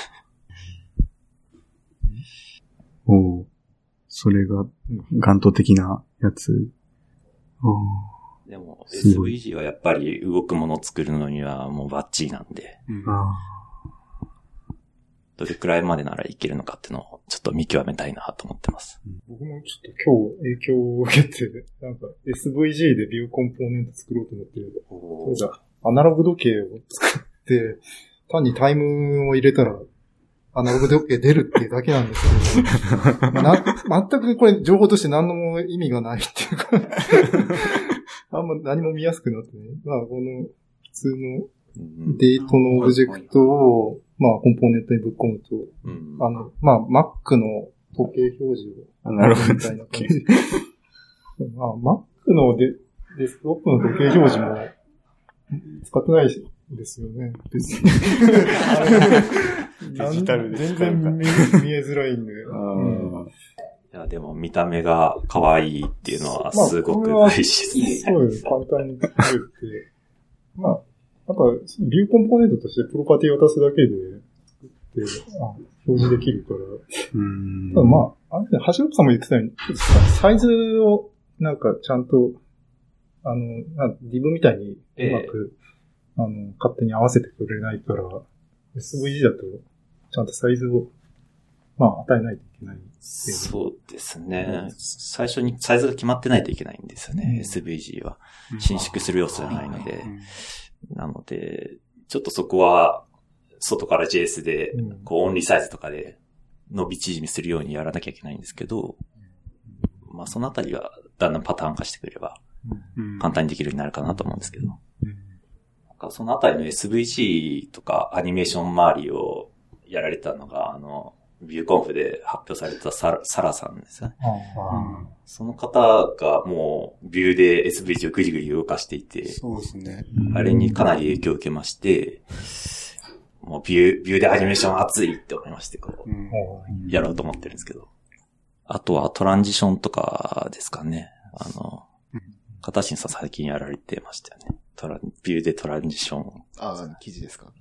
おお、それが、ガント的なやつ。 おでも、エスブイジー はやっぱり動くものを作るのにはもうバッチリなんで、うん、どれくらいまでならいけるのかっていうのをちょっと見極めたいなと思ってます。 僕もちょっと今日影響を受けて、なんか エスブイジー でビューコンポーネント作ろうと思って、そうだ、アナログ時計を作って、単にタイムを入れたら、アナログ時計出るっていうだけなんですけど、な全くこれ情報として何の意味がないっていうか、あんま何も見やすくなってね。まあこの普通のデートのオブジェクトを、まあコンポーネントにぶっ込むと、うん、あの、まあ Mac の時計表示を、 なるほど。 みたいな感じ。まあ Mac のデデスクトップの時計表示も使ってないですよね。別に。 デジタルで全然見えづらいんで。うん、 いや、でも見た目が可愛いっていうのはすごく大事ですね。 そうです。簡単に作って。まあ、やっぱビューコンポーネントとしてプロパティ渡すだけで作って、あ、表示できるから。うんただまあ、あれね、橋本さんも言ってたように、サイズをなんかちゃんと、あの、ディブみたいにうまく、えー、あの、勝手に合わせてくれないから、エスブイジー だと、ちゃんとサイズを、まあ、与えないといけない。 そうですね。最初にサイズが決まってないといけないんですよね、うん、エスブイジー は。伸縮する要素じゃないので。うん、なので、ちょっとそこは、外から ジェイエス で、こう、オンリーサイズとかで伸び縮みするようにやらなきゃいけないんですけど、まあ、そのあたりは、だんだんパターン化してくれば、簡単にできるようになるかなと思うんですけど。そのあたりの エスブイジー とかアニメーション周りをやられたのが、あの、ビューコンフで発表されたサラ、サラさんですね。うん、その方がもうビューで エスブイジー をグリグリ動かしていて、 そうですね。 あれにかなり影響を受けまして、もうビュー、ビューでアニメーション熱いって思いまして、こう、うん、やろうと思ってるんですけど。あとはトランジションとかですかね。 あの、片新さん最近やられてましたよね。トラン、ビューでトランジション。 ああ、記事ですか。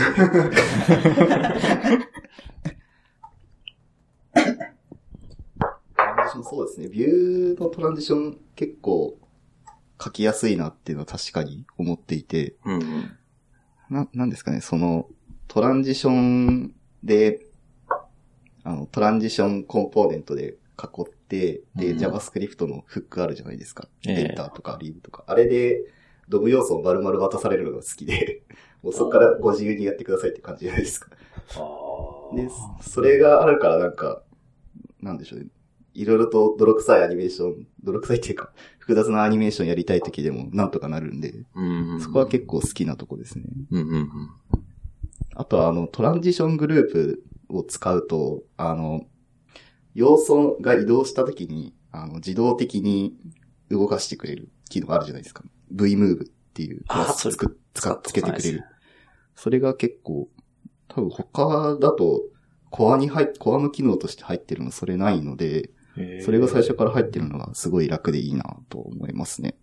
そうですね。ビューのトランジション結構書きやすいなっていうのは確かに思っていて、 うんうん、 な、なんですかね、そのトランジションで、あの、トランジションコンポーネントで囲って、で、うん、JavaScript のフックあるじゃないですか。エンターとかリーブとか。あれで、ドム要素を丸々渡されるのが好きで、もうそこからご自由にやってくださいって感じじゃないですか。で、それがあるからなんか、なんでしょうね。いろいろと泥臭いアニメーション、泥臭いっていうか、複雑なアニメーションやりたい時でもなんとかなるんで、 うんうん、 そこは結構好きなとこですね。 うんうんうん、 あとはあの、トランジショングループを使うと、あの、要素が移動した時に、あの、自動的に動かしてくれる機能があるじゃないですか。V-Move っていうクラスつく、使っつけてくれる。それが結構、多分他だと、コアに入っ、コアの機能として入ってるのそれないので、それが最初から入ってるのがすごい楽でいいなと思いますね。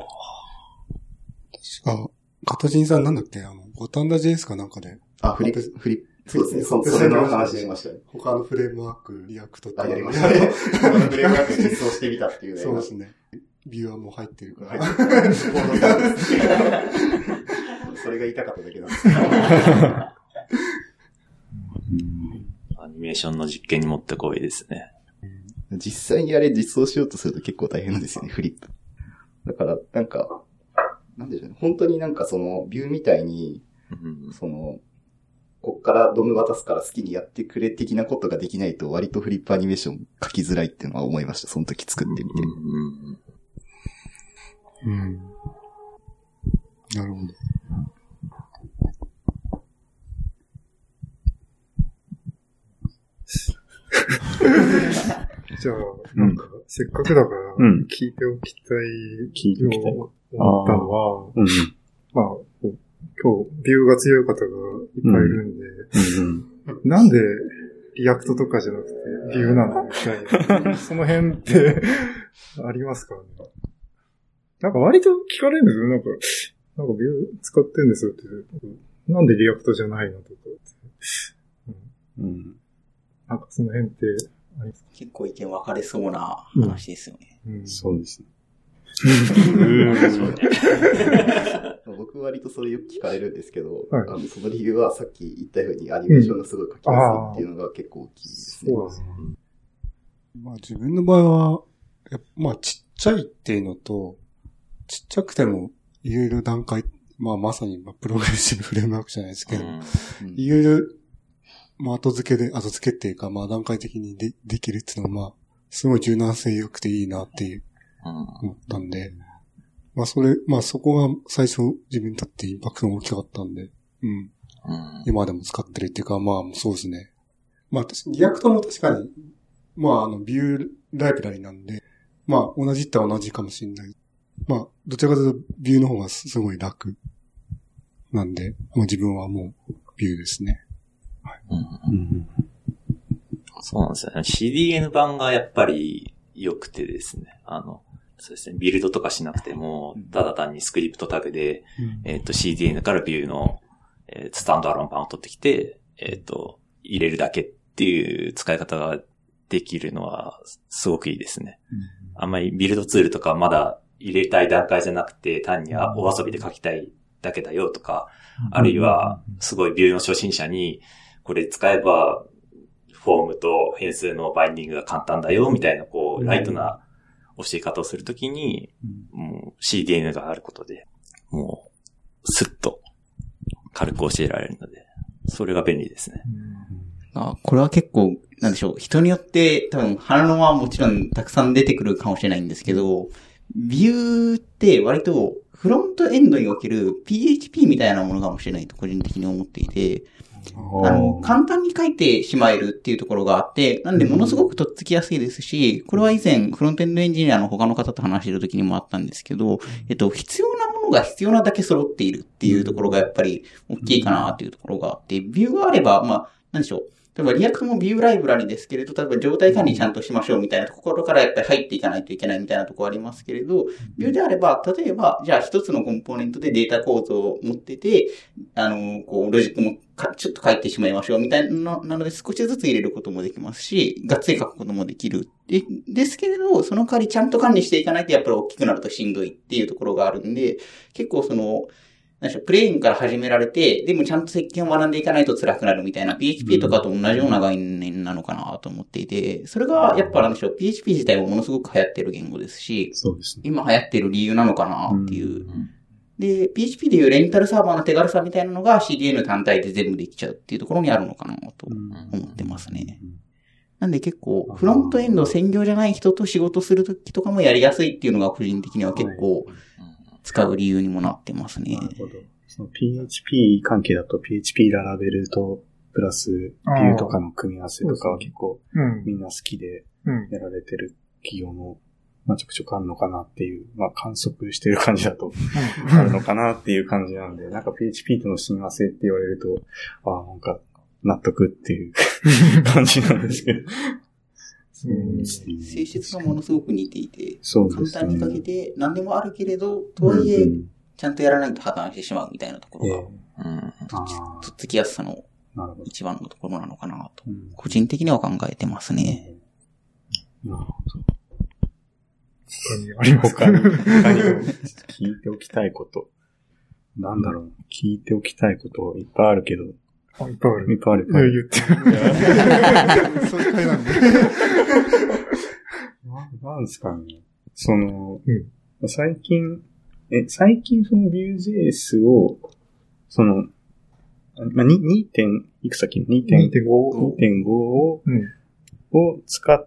確か、カタジンさんなんだっけあの、ボタンダ ジェイエス かなんかで。 あ、フリップ、フリップ。そうですね。そ, それの話しましたね。 他のフレームワーク、リアクトとか。 あ、やりましたね。他のフレームワーク実装してみたっていうね。 そうですね。ビューはもう入ってるから。 それが言いたかっただけなんですけど。 アニメーションの実験にもってこいですね。 実際にあれ実装しようとすると結構大変なんですよね、フリップ。だから、なんか、なんでしょうね。本当になんかその、ビューみたいに、 うん、その、こっからドム渡すから好きにやってくれ的なことができないと割とフリップアニメーション書きづらいっていうのは思いました。その時作ってみて。 うん。 うん、なるほど。 じゃあ、なんか、せっかくだから、聞いておきたい、 聞いておきたい。 思ったのは、うん、まあ、今日、ビューが強い方がいっぱいいるんで、うんうん、なんで、リアクトとかじゃなくて、ビューなのみたいな。その辺って、ありますかね。なんか割と聞かれるんですよ。なんか、なんかビュー使ってんですよって。なんでリアクトじゃないのとかって。うん。うん、なんかその辺って、 結構意見分かれそうな話ですよね。 うんうん、そうですね。 僕割とそれよく聞かれるんですけど、 はい、 あのその理由はさっき言ったようにアニメーションがすごい書きやすいっていうのが結構大きいですね。 そうですね。 まあ自分の場合は、まあちっちゃいっていうのと、ちっちゃくてもいろいろ段階、まあまさにプログレッシブフレームワークじゃないですけど、いろいろまあ後付けで、後付けっていうかまあ段階的に で, できるっていうのはまあ、すごい柔軟性良くていいなっていう。思ったんで、まあそれ、まあそこが最初自分にとってインパクトが大きかったんで、うん。うん、今でも使ってるっていうか、まあそうですね。まあリアクトも確かに、まああのビューライブラリなんで、まあ同じって同じかもしれない。まあどちらかというとビューの方がすごい楽なんで、まあ自分はもうビューですね。はい。うんうん、 そうなんですよね。シーディーエヌ 版がやっぱり良くてですね。あの、そうですね。ビルドとかしなくても、ただ単にスクリプトタグで、うん、えっと シーディーエヌ からビューの、えー、スタンドアローン版を取ってきて、えっと、入れるだけっていう使い方ができるのはすごくいいですね。うん、あんまりビルドツールとかまだ入れたい段階じゃなくて、単にお遊びで書きたいだけだよとか、うん、あるいはすごいビューの初心者に、これ使えば、フォームと変数のバインディングが簡単だよみたいな、こう、ライトな教え方をするときに、うん、もう シーディーエヌ があることで、もう、スッと軽く教えられるので、それが便利ですね。 うん、あ、これは結構、なんでしょう、人によって多分反応はもちろんたくさん出てくるかもしれないんですけど、ビューって割とフロントエンドにおける ピーエイチピー みたいなものかもしれないと個人的に思っていて、あの、簡単に書いてしまえるっていうところがあって、なんでものすごくとっつきやすいですし、これは以前フロントエンドエンジニアの他の方と話している時にもあったんですけど、えっと、必要なものが必要なだけ揃っているっていうところがやっぱり大きいかなっていうところがあって、ビューがあれば、まあ、なんでしょう、 例えばリアクトもビューライブラリですけれど、例えば状態管理ちゃんとしましょうみたいなところからやっぱり入っていかないといけないみたいなところありますけれど、ビューであれば、例えば、じゃあ一つのコンポーネントでデータ構造を持ってて、あの、こう、ロジックもちょっと書いてしまいましょうみたいなので少しずつ入れることもできますし、がっつり書くこともできる。で、ですけれど、その代わりちゃんと管理していかないとやっぱり大きくなるとしんどいっていうところがあるんで、結構その、なんでしょう、プレインから始められて、でもちゃんと設計を学んでいかないと辛くなるみたいな ピーエイチピー とかと同じような概念なのかなと思っていて、それがやっぱなんでしょう、ピーエイチピー 自体もものすごく流行ってる言語ですし、 そうですね。 今流行ってる理由なのかなっていう。で、ピーエイチピー でいうレンタルサーバーの手軽さみたいなのが シーディーエヌ 単体で全部できちゃうっていうところにあるのかなと思ってますね。なんで結構、フロントエンド専業じゃない人と仕事するときとかもやりやすいっていうのが個人的には結構使う理由にもなってますね。 なるほど。その ピーエイチピー 関係だと ピーエイチピー ララベルとプラスビューとかの組み合わせとかは結構みんな好きでやられてる企業もまあちょくちょくあるのかなっていう、まあ観測してる感じだとあるのかなっていう感じなんで、なんか ピーエイチピー との親和性って言われると、ああ、なんか納得っていう感じなんですけど。 うん、性質がものすごく似ていて、 そうですね、 簡単に書けて何でもあるけれど、とはいえ、ちゃんとやらないと破綻してしまうみたいなところが、うん、とっつきやすさの一番のところなのかなと、個人的には考えてますね。 なるほど。 他にありますか？ 他に、他に聞いておきたいこと。なんだろう。聞いておきたいこといっぱいあるけど。 あ、いっぱいある。 いっぱいある。 いや、言ってる。そういう回なんで。 な、なんですかね。その、 うん、 最近、え、最近その Vue.js を、その、まあ、に、に. 点、いくつだっけ ?にてんご にてんご を、うん、を使って、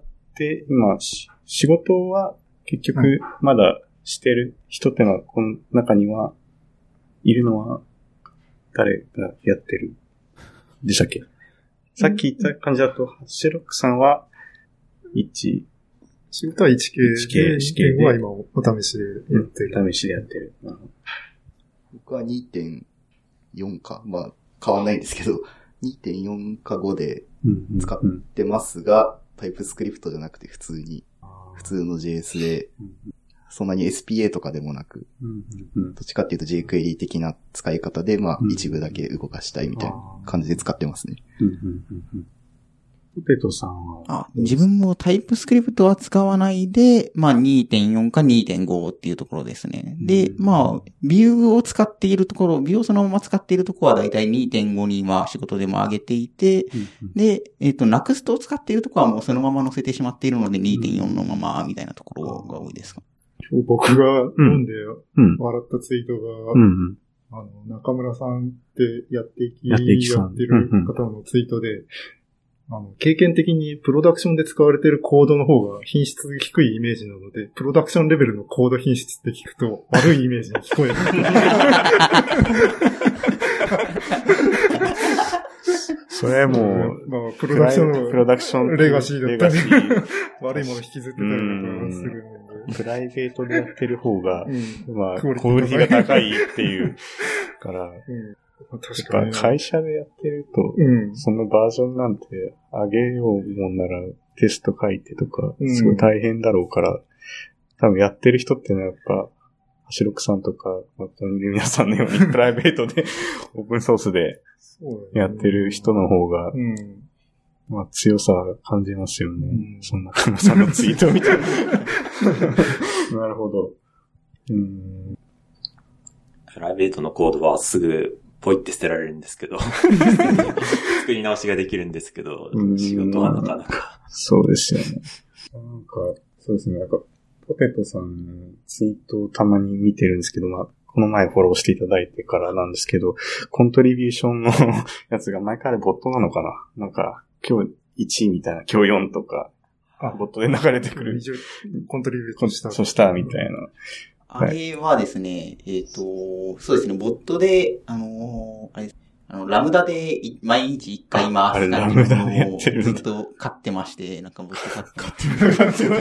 今、仕事は結局まだしてる人ってのは、この中には、いるのは、誰がやってるでしたっけ？さっき言った感じだと、ハッシュロックさんは、いち、 仕事は いちケーいちケー、いちケー で。 は今お試しでやってる。 うん、試しでやってる。 僕は にてんよん か。まあ、変わんないんですけど、にてんよん かごで使ってますが、うんうんうん、タイプスクリプトじゃなくて普通に、普通の ジェイエス で、そんなに エスピーエー とかでもなく、うんうんうん、どっちかっていうと jQuery 的な使い方で、まあ、一部だけ動かしたいみたいな感じで使ってますね。 うんうんうんうん、ポテトさんはあ、自分もタイプスクリプトは使わないで、まあ にてんよん か にてんご っていうところですね。で、まあ、ビューを使っているところ、ビューをそのまま使っているところはだいたい にてんご に今仕事でも上げていて、うんうん、で、えっと、ナクストを使っているところはもうそのまま載せてしまっているので にてんよん のままみたいなところが多いですか。 僕が読んで笑ったツイートが、うんうん、あの、中村さんってやっていき、やってる方のツイートで、あの、経験的にプロダクションで使われているコードの方が品質が低いイメージなので、プロダクションレベルのコード品質って聞くと悪いイメージに聞こえる。 それもう、 まあ、プロダクションのプロダクションレガシーだったり、悪いもの引きずってたりとかするので。 プライベートでやってる方が、うん、まあ、クオリティが高いっていうから、うん確かに会社でやってると、うん、そのバージョンなんて上げようもんならテスト書いてとか、すごい大変だろうから、うん、多分やってる人ってのはやっぱ、ハシロクさんとか、まあ、皆さんのようにプライベートでオープンソースでやってる人の方が、うん、まあ強さ感じますよね。うん、そんなカナさんのツイートみたいな。なるほど。うんプライベートのコードはすぐポイって捨てられるんですけど作り直しができるんですけど仕事はなかなかそうですよね。なんかそうですね。なんかポテトさんのツイートをたまに見てるんですけど、まあこの前フォローしていただいてからなんですけど、コントリビューションのやつが毎回あれボットなのかな。なんか今日いちいみたいな、今日よんとかボットで流れてくる。 コントリビューションした。 そうしたみたいな。 あれはですね、えっと、そうですね、ボットで、あのー、あれ、あの、ラムダで毎日一回回す感じのものをずっと買ってまして、なんかボット買ってまして。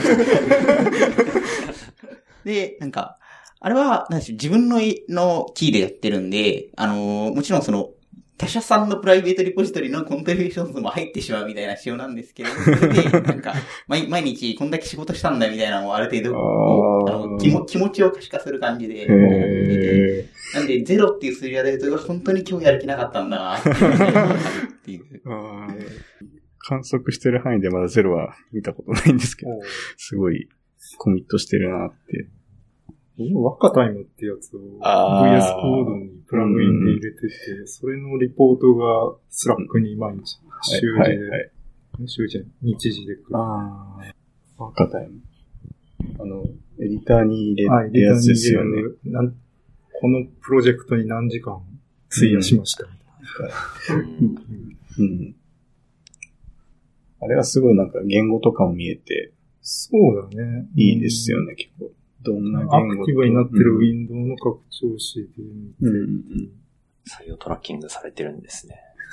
で、なんか、あれは、なんでしょう、自分ののキーでやってるんで、あのー、もちろんその、 他社さんのプライベートリポジトリのコントリビューションズも入ってしまうみたいな仕様なんですけど、それで、なんか、毎毎日こんだけ仕事したんだみたいなのをある程度、あの気も気持ちを可視化する感じで、 へなんで、ゼロっていう数字が出ると、本当に今日やる気なかったんだなっていう。 あ観測してる範囲でまだゼロは見たことないんですけど、すごいコミットしてるなって。 ワッカタイムってやつを ブイエス コードにプラグインで入れてて、それのリポートがスラックに毎日、週次で、はいはいはい、週次日時で来る。 ああ、ワッカタイム。あの、エディターに入れるやつですよね。 なんこのプロジェクトに何時間費やしました、うんうん。あれはすごいなんか言語とかも見えて。 そうだね。 いいですよね、結構。どんな言語アクティブになってるウィンドウの拡張子で見て、うんうん、 採用トラッキングされてるんですね。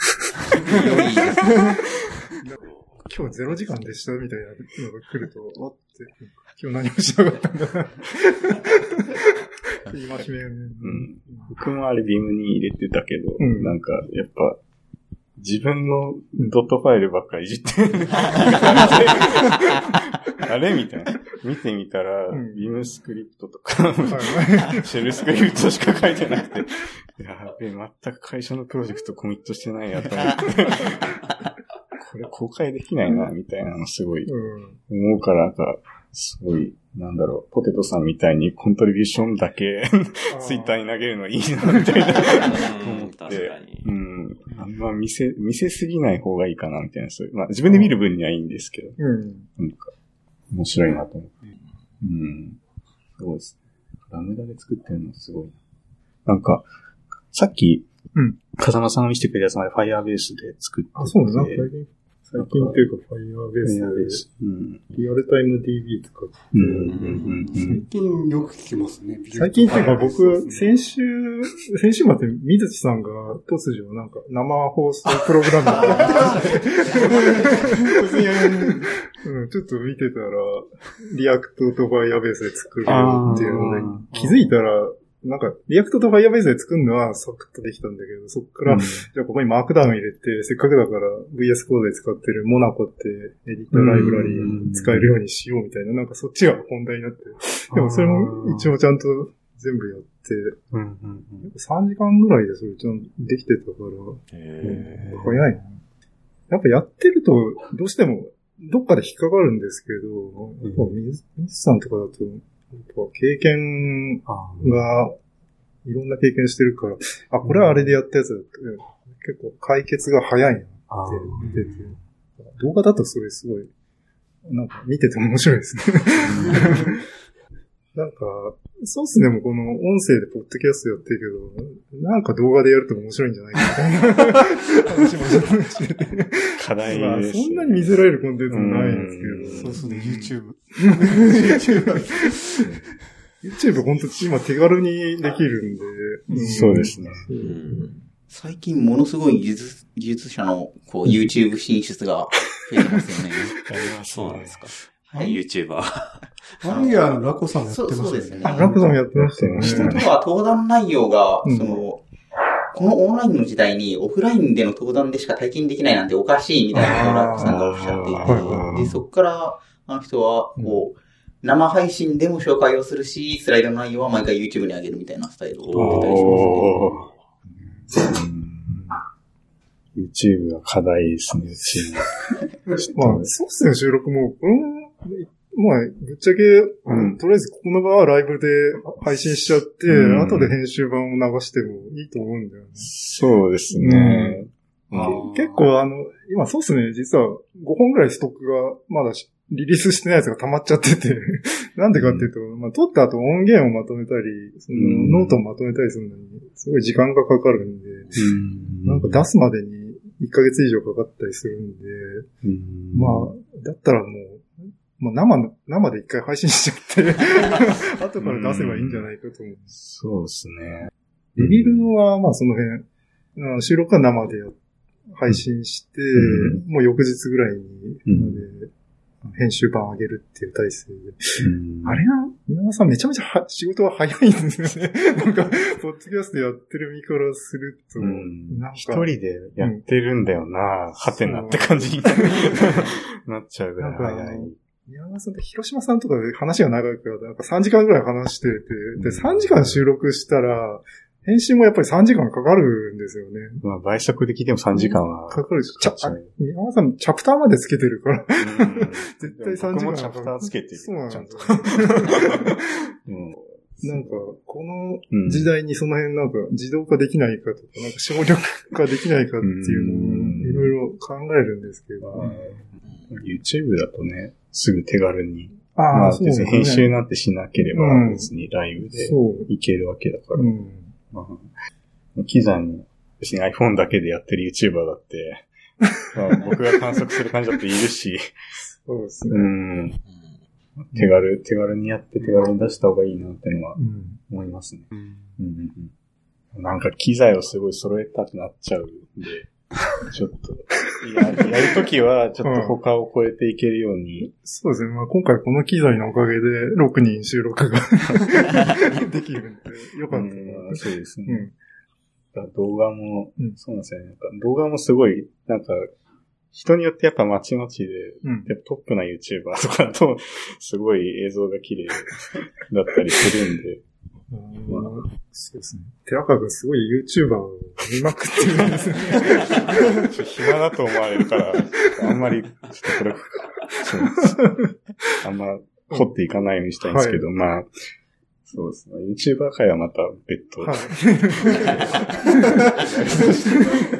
今日ゼロ時間でしたみたいなのが来ると、おって、今日何もしなかったんだな。今決めるね、 うん。僕もあれビームに入れてたけど、うん、なんかやっぱ自分のドットファイルばっかりいじってあれみたいな。見てみたら、うん、ビームスクリプトとか、シェルスクリプトしか書いてなくて、やべえ、全く会社のプロジェクトコミットしてないやと思って、これ公開できないな、みたいなのすごい思うから、なんか、すごい、なんだろう、ポテトさんみたいにコントリビューションだけツイッターに投げるのいいな、みたいな思って、うん、あんま見せ、見せすぎない方がいいかな、みたいな、そういう、まあ自分で見る分にはいいんですけど、うん、なんか面白いなと思って。うん。そうですね。ラムダで作ってるのすごいな。なんか、さっき、うん。風間さんが見せてくれたやつまで Firebase で作ってて。 あ、そうなんですね。最近っていうか Firebase で、うん、リアルタイム ディービー 使って、うんうんうん、最近よく聞きますね。 最近っていうか僕、先週、先週まで水地さんが突如なんか生放送プログラムうん、ちょっと見てたら、リアクトと Firebase で作るっていうので、気づいたら、なんか、リアクトと Firebase で作るのはサクッとできたんだけど、そっから、うん、じゃあここにマークダウン入れて、せっかくだから ブイエス コードで使ってるモナコってエディターライブラリー使えるようにしようみたいな、なんかそっちが本題になって、でもそれも一応ちゃんと全部やって、うんうんうん、さんじかんぐらいでそれちゃんとできてたから、へー、早いな。やっぱやってると、どうしてもどっかで引っかかるんですけど、やっぱ水さんとかだと、経験が、いろんな経験してるから、あ、これはあれでやったやつだって、結構解決が早いなって出てて、動画だとそれすごい、なんか見てて面白いですね。なんか、そうっすね、もうこの音声でポッドキャストやってるけど、なんか動画でやると面白いんじゃないかみたいな話もしてて。 課題です、ね。まあ、 そんなに見せられるコンテンツもないんですけど。 そうですね、YouTube。 YouTube 本当に今手軽にできるんで。 うん、そうですね。 うん、最近ものすごい技術、技術者のこう YouTube 進出が増えてますよね。 あります。そうなんですか。はい、YouTuber。 アンギャーのラコさんやってますね。 そうですね。あ、ラコさんもやってましたよね。 人とは登壇内容が、うん、その、このオンラインの時代にオフラインでの登壇でしか体験できないなんておかしいみたいなことをラコさんがおっしゃっていて、で、そこからあの人は、こう、生配信でも紹介をするし、スライドの内容は毎回 YouTube に上げるみたいなスタイルを取ってたりしますね。 YouTube は課題ですね、 まあ、そうっすね、収録も、この、まあ、ぶっちゃけ、うん、とりあえずここの場はライブで配信しちゃって、うん、後で編集版を流してもいいと思うんだよね。 そうですね。 うん、結構あの、今そうっすね、実はごほんぐらいストックがまだリリースしてないやつが溜まっちゃってて、なんでかっていうと、まあ、撮った後音源をまとめたり、そのノートをまとめたりするのに、すごい時間がかかるんで、うん、なんか出すまでにいっかげつ以上かかったりするんで、うん、まあ、だったらもう、もう生の、生で一回配信しちゃって、後から出せばいいんじゃないかと思う。 そうですね。 リビルドは、まあその辺、収録は生で配信して、うん、もう翌日ぐらいに、うん、 編集版上げるっていう体制で。 うん、 あれが、宮川さんめちゃめちゃは仕事は早いんですよね。なんか、ポッドキャストやってる身からすると、 うん、なんか一人でやってるんだよな、はてなって感じになっちゃうぐらい早い。 宮川さんって広島さんとかで話が長くて、なんかさんじかんぐらい話してて、で、さんじかん収録したら、編集もやっぱりさんじかんかかるんですよね。 まあ、倍速で聞いてもさんじかんは。 かかるし、チャ宮川さん、チャプターまでつけてるから。絶対さんじかん。 僕もチャプターつけてる。 そうなんですよ。 うん、 なんか、この時代にその辺なんか自動化できないかとか、なんか省力化できないかっていうのをいろいろ考えるんですけど、 うん、YouTube だとね、すぐ手軽に。 ああ、 まあ、 そうですね。 編集なんてしなければ別にライブでいけるわけだから。うん、まあ、機材も別に iPhone だけでやってる YouTuber だって、まあ、僕が観測する感じだっているし、 そうですね。 うん。手軽、手軽にやって手軽に出した方がいいなっていうのは思いますね。うんうんうん、なんか機材をすごい揃えたくなっちゃうんで、ちょっと、や, やるときはちょっと他を超えていけるように。 うん、そうですね。まあ今回この機材のおかげでろくにん収録ができるんで、よかったな、 うん。そうですね。うん、動画も、うん、そうなんですよね。なんか動画もすごい、なんか、人によってやっぱまちまちで、うん、やっぱトップな YouTuber とかだと、すごい映像が綺麗だったりするんで。 まあ、そうですね。寺川くんすごい YouTuber を見まくってるんですね。 暇だと思われるから、あんまり、ちょっとこれ、そうあんま掘っていかないようにしたいんですけど、はい、まあ、そうですね。YouTuber 界はまた別途、はい、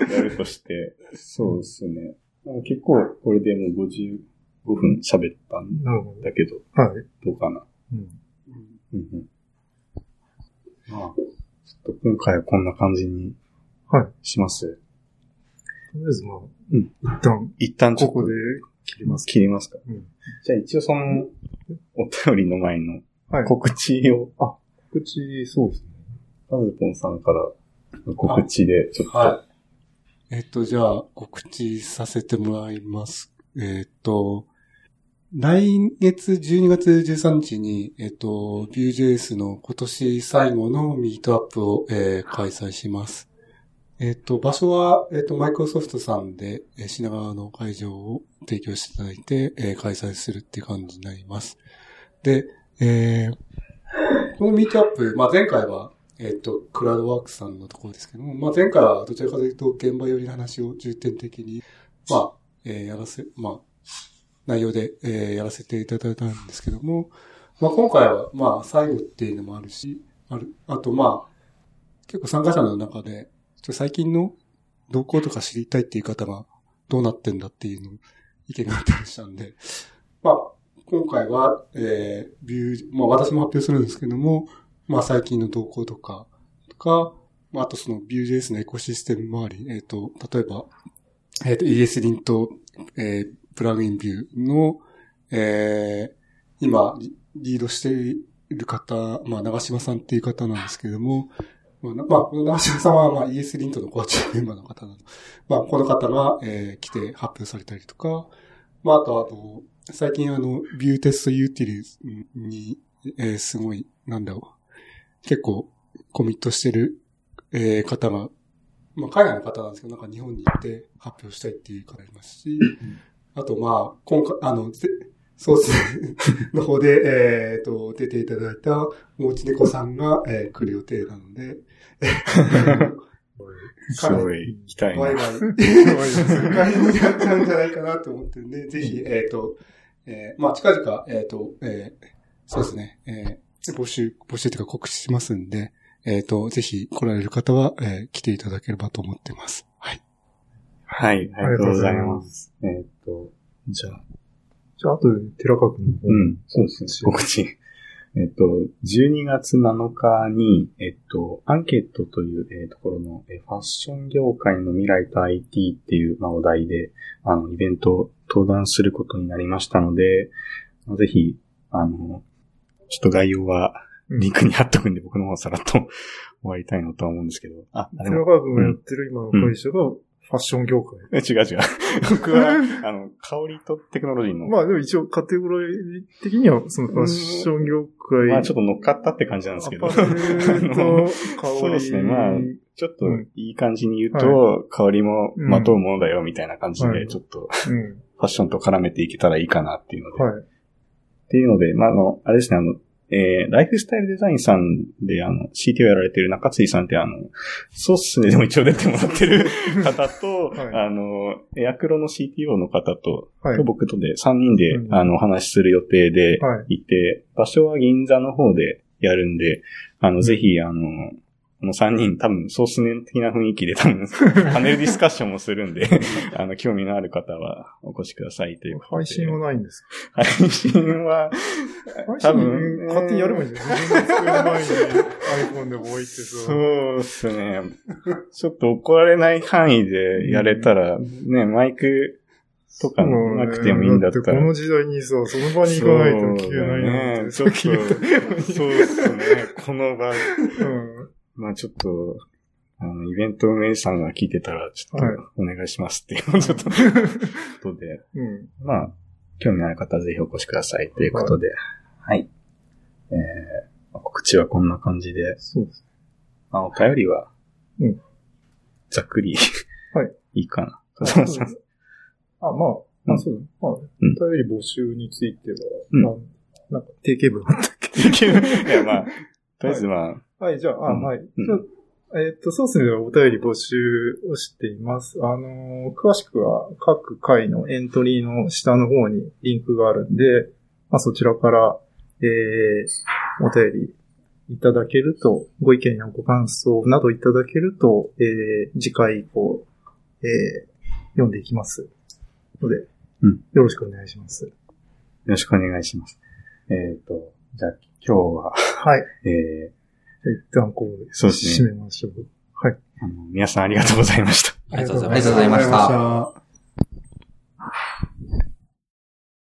やるとして、そうですね。結構、これでもうごじゅうごふん喋ったんだけど、 はい、 どうかな。うんうんうん、まあ、ちょっと今回はこんな感じにします。 はい、とりあえずまあ、うん、一旦、 一旦ここで切ります。 切りますか。うん、じゃあ一応その、お便りの前の告知を。 はい、あ、告知、そうですね。 カズポンさんから告知で、ちょっと。 はい。えっと、じゃあ、告知させてもらいます。えっと、来月じゅうにがつじゅうさんにちに、えっと、Vue.js の今年最後のミートアップを、えー、開催します。えっと、場所は、えっと、マイクロソフトさんで、えー、品川の会場を提供していただいて、えー、開催するっていう感じになります。で、えー、このミートアップ、まあ、前回は、えっと、クラウドワークさんのところですけども、まあ、前回はどちらかというと現場寄りの話を重点的に、まあ、えー、やらせ、まあ、内容で、えー、やらせていただいたんですけども、まあ、今回は、まあ、最後っていうのもあるし、ある、あと、まあ、結構参加者の中で、ちょ最近の動向とか知りたいっていう方がどうなってんだっていうの意見があったりしたんで、まあ、今回は、えー、ビュー、まあ、私も発表するんですけども、まあ、最近の動向とか、とか、まあ、あとその Vue.js のエコシステム周り、えっと、例えば、えっと、イーエス リンと、えー、プラグインビューの、えー、今、リードしている方、まあ、長島さんっていう方なんですけれども、まあ、まあ、長島さんは、まあ、イーエス リントのコアチームメンバーの方なの。まあ、この方が、えー、来て発表されたりとか、まあ、あと、あと、最近あの、ビューテストユーティリズに、えー、すごい、なんだろう。結構コミットしてる、えー、方が、まあ海外の方なんですけど、なんか日本に行って発表したいっていう方がいますし、あとまあ、今回、あの、ソースの方で、えー、と、出ていただいた、もうちねこさんが、えー、来る予定なので、 すごい、期待ワイワイ、ワイワイになっちゃうんじゃないかなと思ってるんで、ぜひ、えっ、ー、と、えー、まあ近々、えっ、ー、と、えー、そうですね、えー募集、募集というか告知しますんで、えっ、ー、と、ぜひ来られる方は、えー、来ていただければと思ってます。はい。 はい、ありがとうございます。えっ、ー、と、じゃあ。 じゃあ、あとで寺川くんの方。 うん、そうですね、告知。えっと、じゅうにがつなのかに、えっと、アンケートという、えー、ところの、えー、ファッション業界の未来と アイティー っていう、まあ、お題で、あの、イベントを登壇することになりましたので、ぜひ、あの、ちょっと概要はリンクに貼っとくんで、僕の方さらっと終わりたいなとは思うんですけど。 あ、寺川君がやってる今の会社が、フファッション業界。 違う違う。僕は、あの、香りとテクノロジーの。 まあでも一応カテゴリー的にはそのファッション業界。 まあちょっと乗っかったって感じなんですけど。 アパレルと香り。 そうですね。まあ、ちょっといい感じに言うと、うん、香りもまとうものだよみたいな感じで、ちょっと、ファッションと絡めていけたらいいかなっていうので。はい、っていうので、まあ、あの、あれですね、あの、えー、ライフスタイルデザインさんで、あの、シーティーオー やられてる中津井さんって、あの、そうっすね、でも一応出てもらってる方と、はい、あの、エアクロの シーティーオー の方と、はい、と僕とでさんにんで、うん、あの、お話しする予定でいて、はい、場所は銀座の方でやるんで、あの、ぜひ、あの、このさんにん多分ソースネ的な雰囲気で多分パネルディスカッションもするんで、あの、興味のある方はお越しくださいということで。 配信はないんですか？配信は、多分、 勝手にやればいいんですよ。自分の机の前に iPhone でも置いてさ。 そうですね。ちょっと怒られない範囲でやれたら、ね、マイクとかなくてもいいんだったら。 だってこの時代にさ、その場に行かないと聞けないなんて。 そうね。ちょっと、そうですね。この場、うんまあちょっと、あの、イベント運営さんが聞いてたら、ちょっとお願いしますっていう、ちょっと、ことで、うん、まあ、興味のある方はぜひお越しくださいということで、はい。はい、えー、告知はこんな感じで、 そうです。 まあ、お便りは、うん、ざっくり、はい。いいかな。風間さん。 あ、まあ、まあそうだ、ね。まあ、お便り募集については、うん、まあ、なんか定型文あったっけ定型文いや、まあ、とりあえずまあ、 はい、じゃあ、あ、うん、はい。じゃあ、えっと、そうですね、お便り募集をしています。あのー、詳しくは各回のエントリーの下の方にリンクがあるんで、まあ、そちらから、えー、お便りいただけると、ご意見やご感想などいただけると、えー、次回以降、えー、読んでいきますので、うん、よろしくお願いします。よろしくお願いします。えっと、じゃあ、今日は、 はい。 えー一旦こう、そうですね。締めましょう。はい。 あの、皆さんありがとうございました。 ありがとうございました。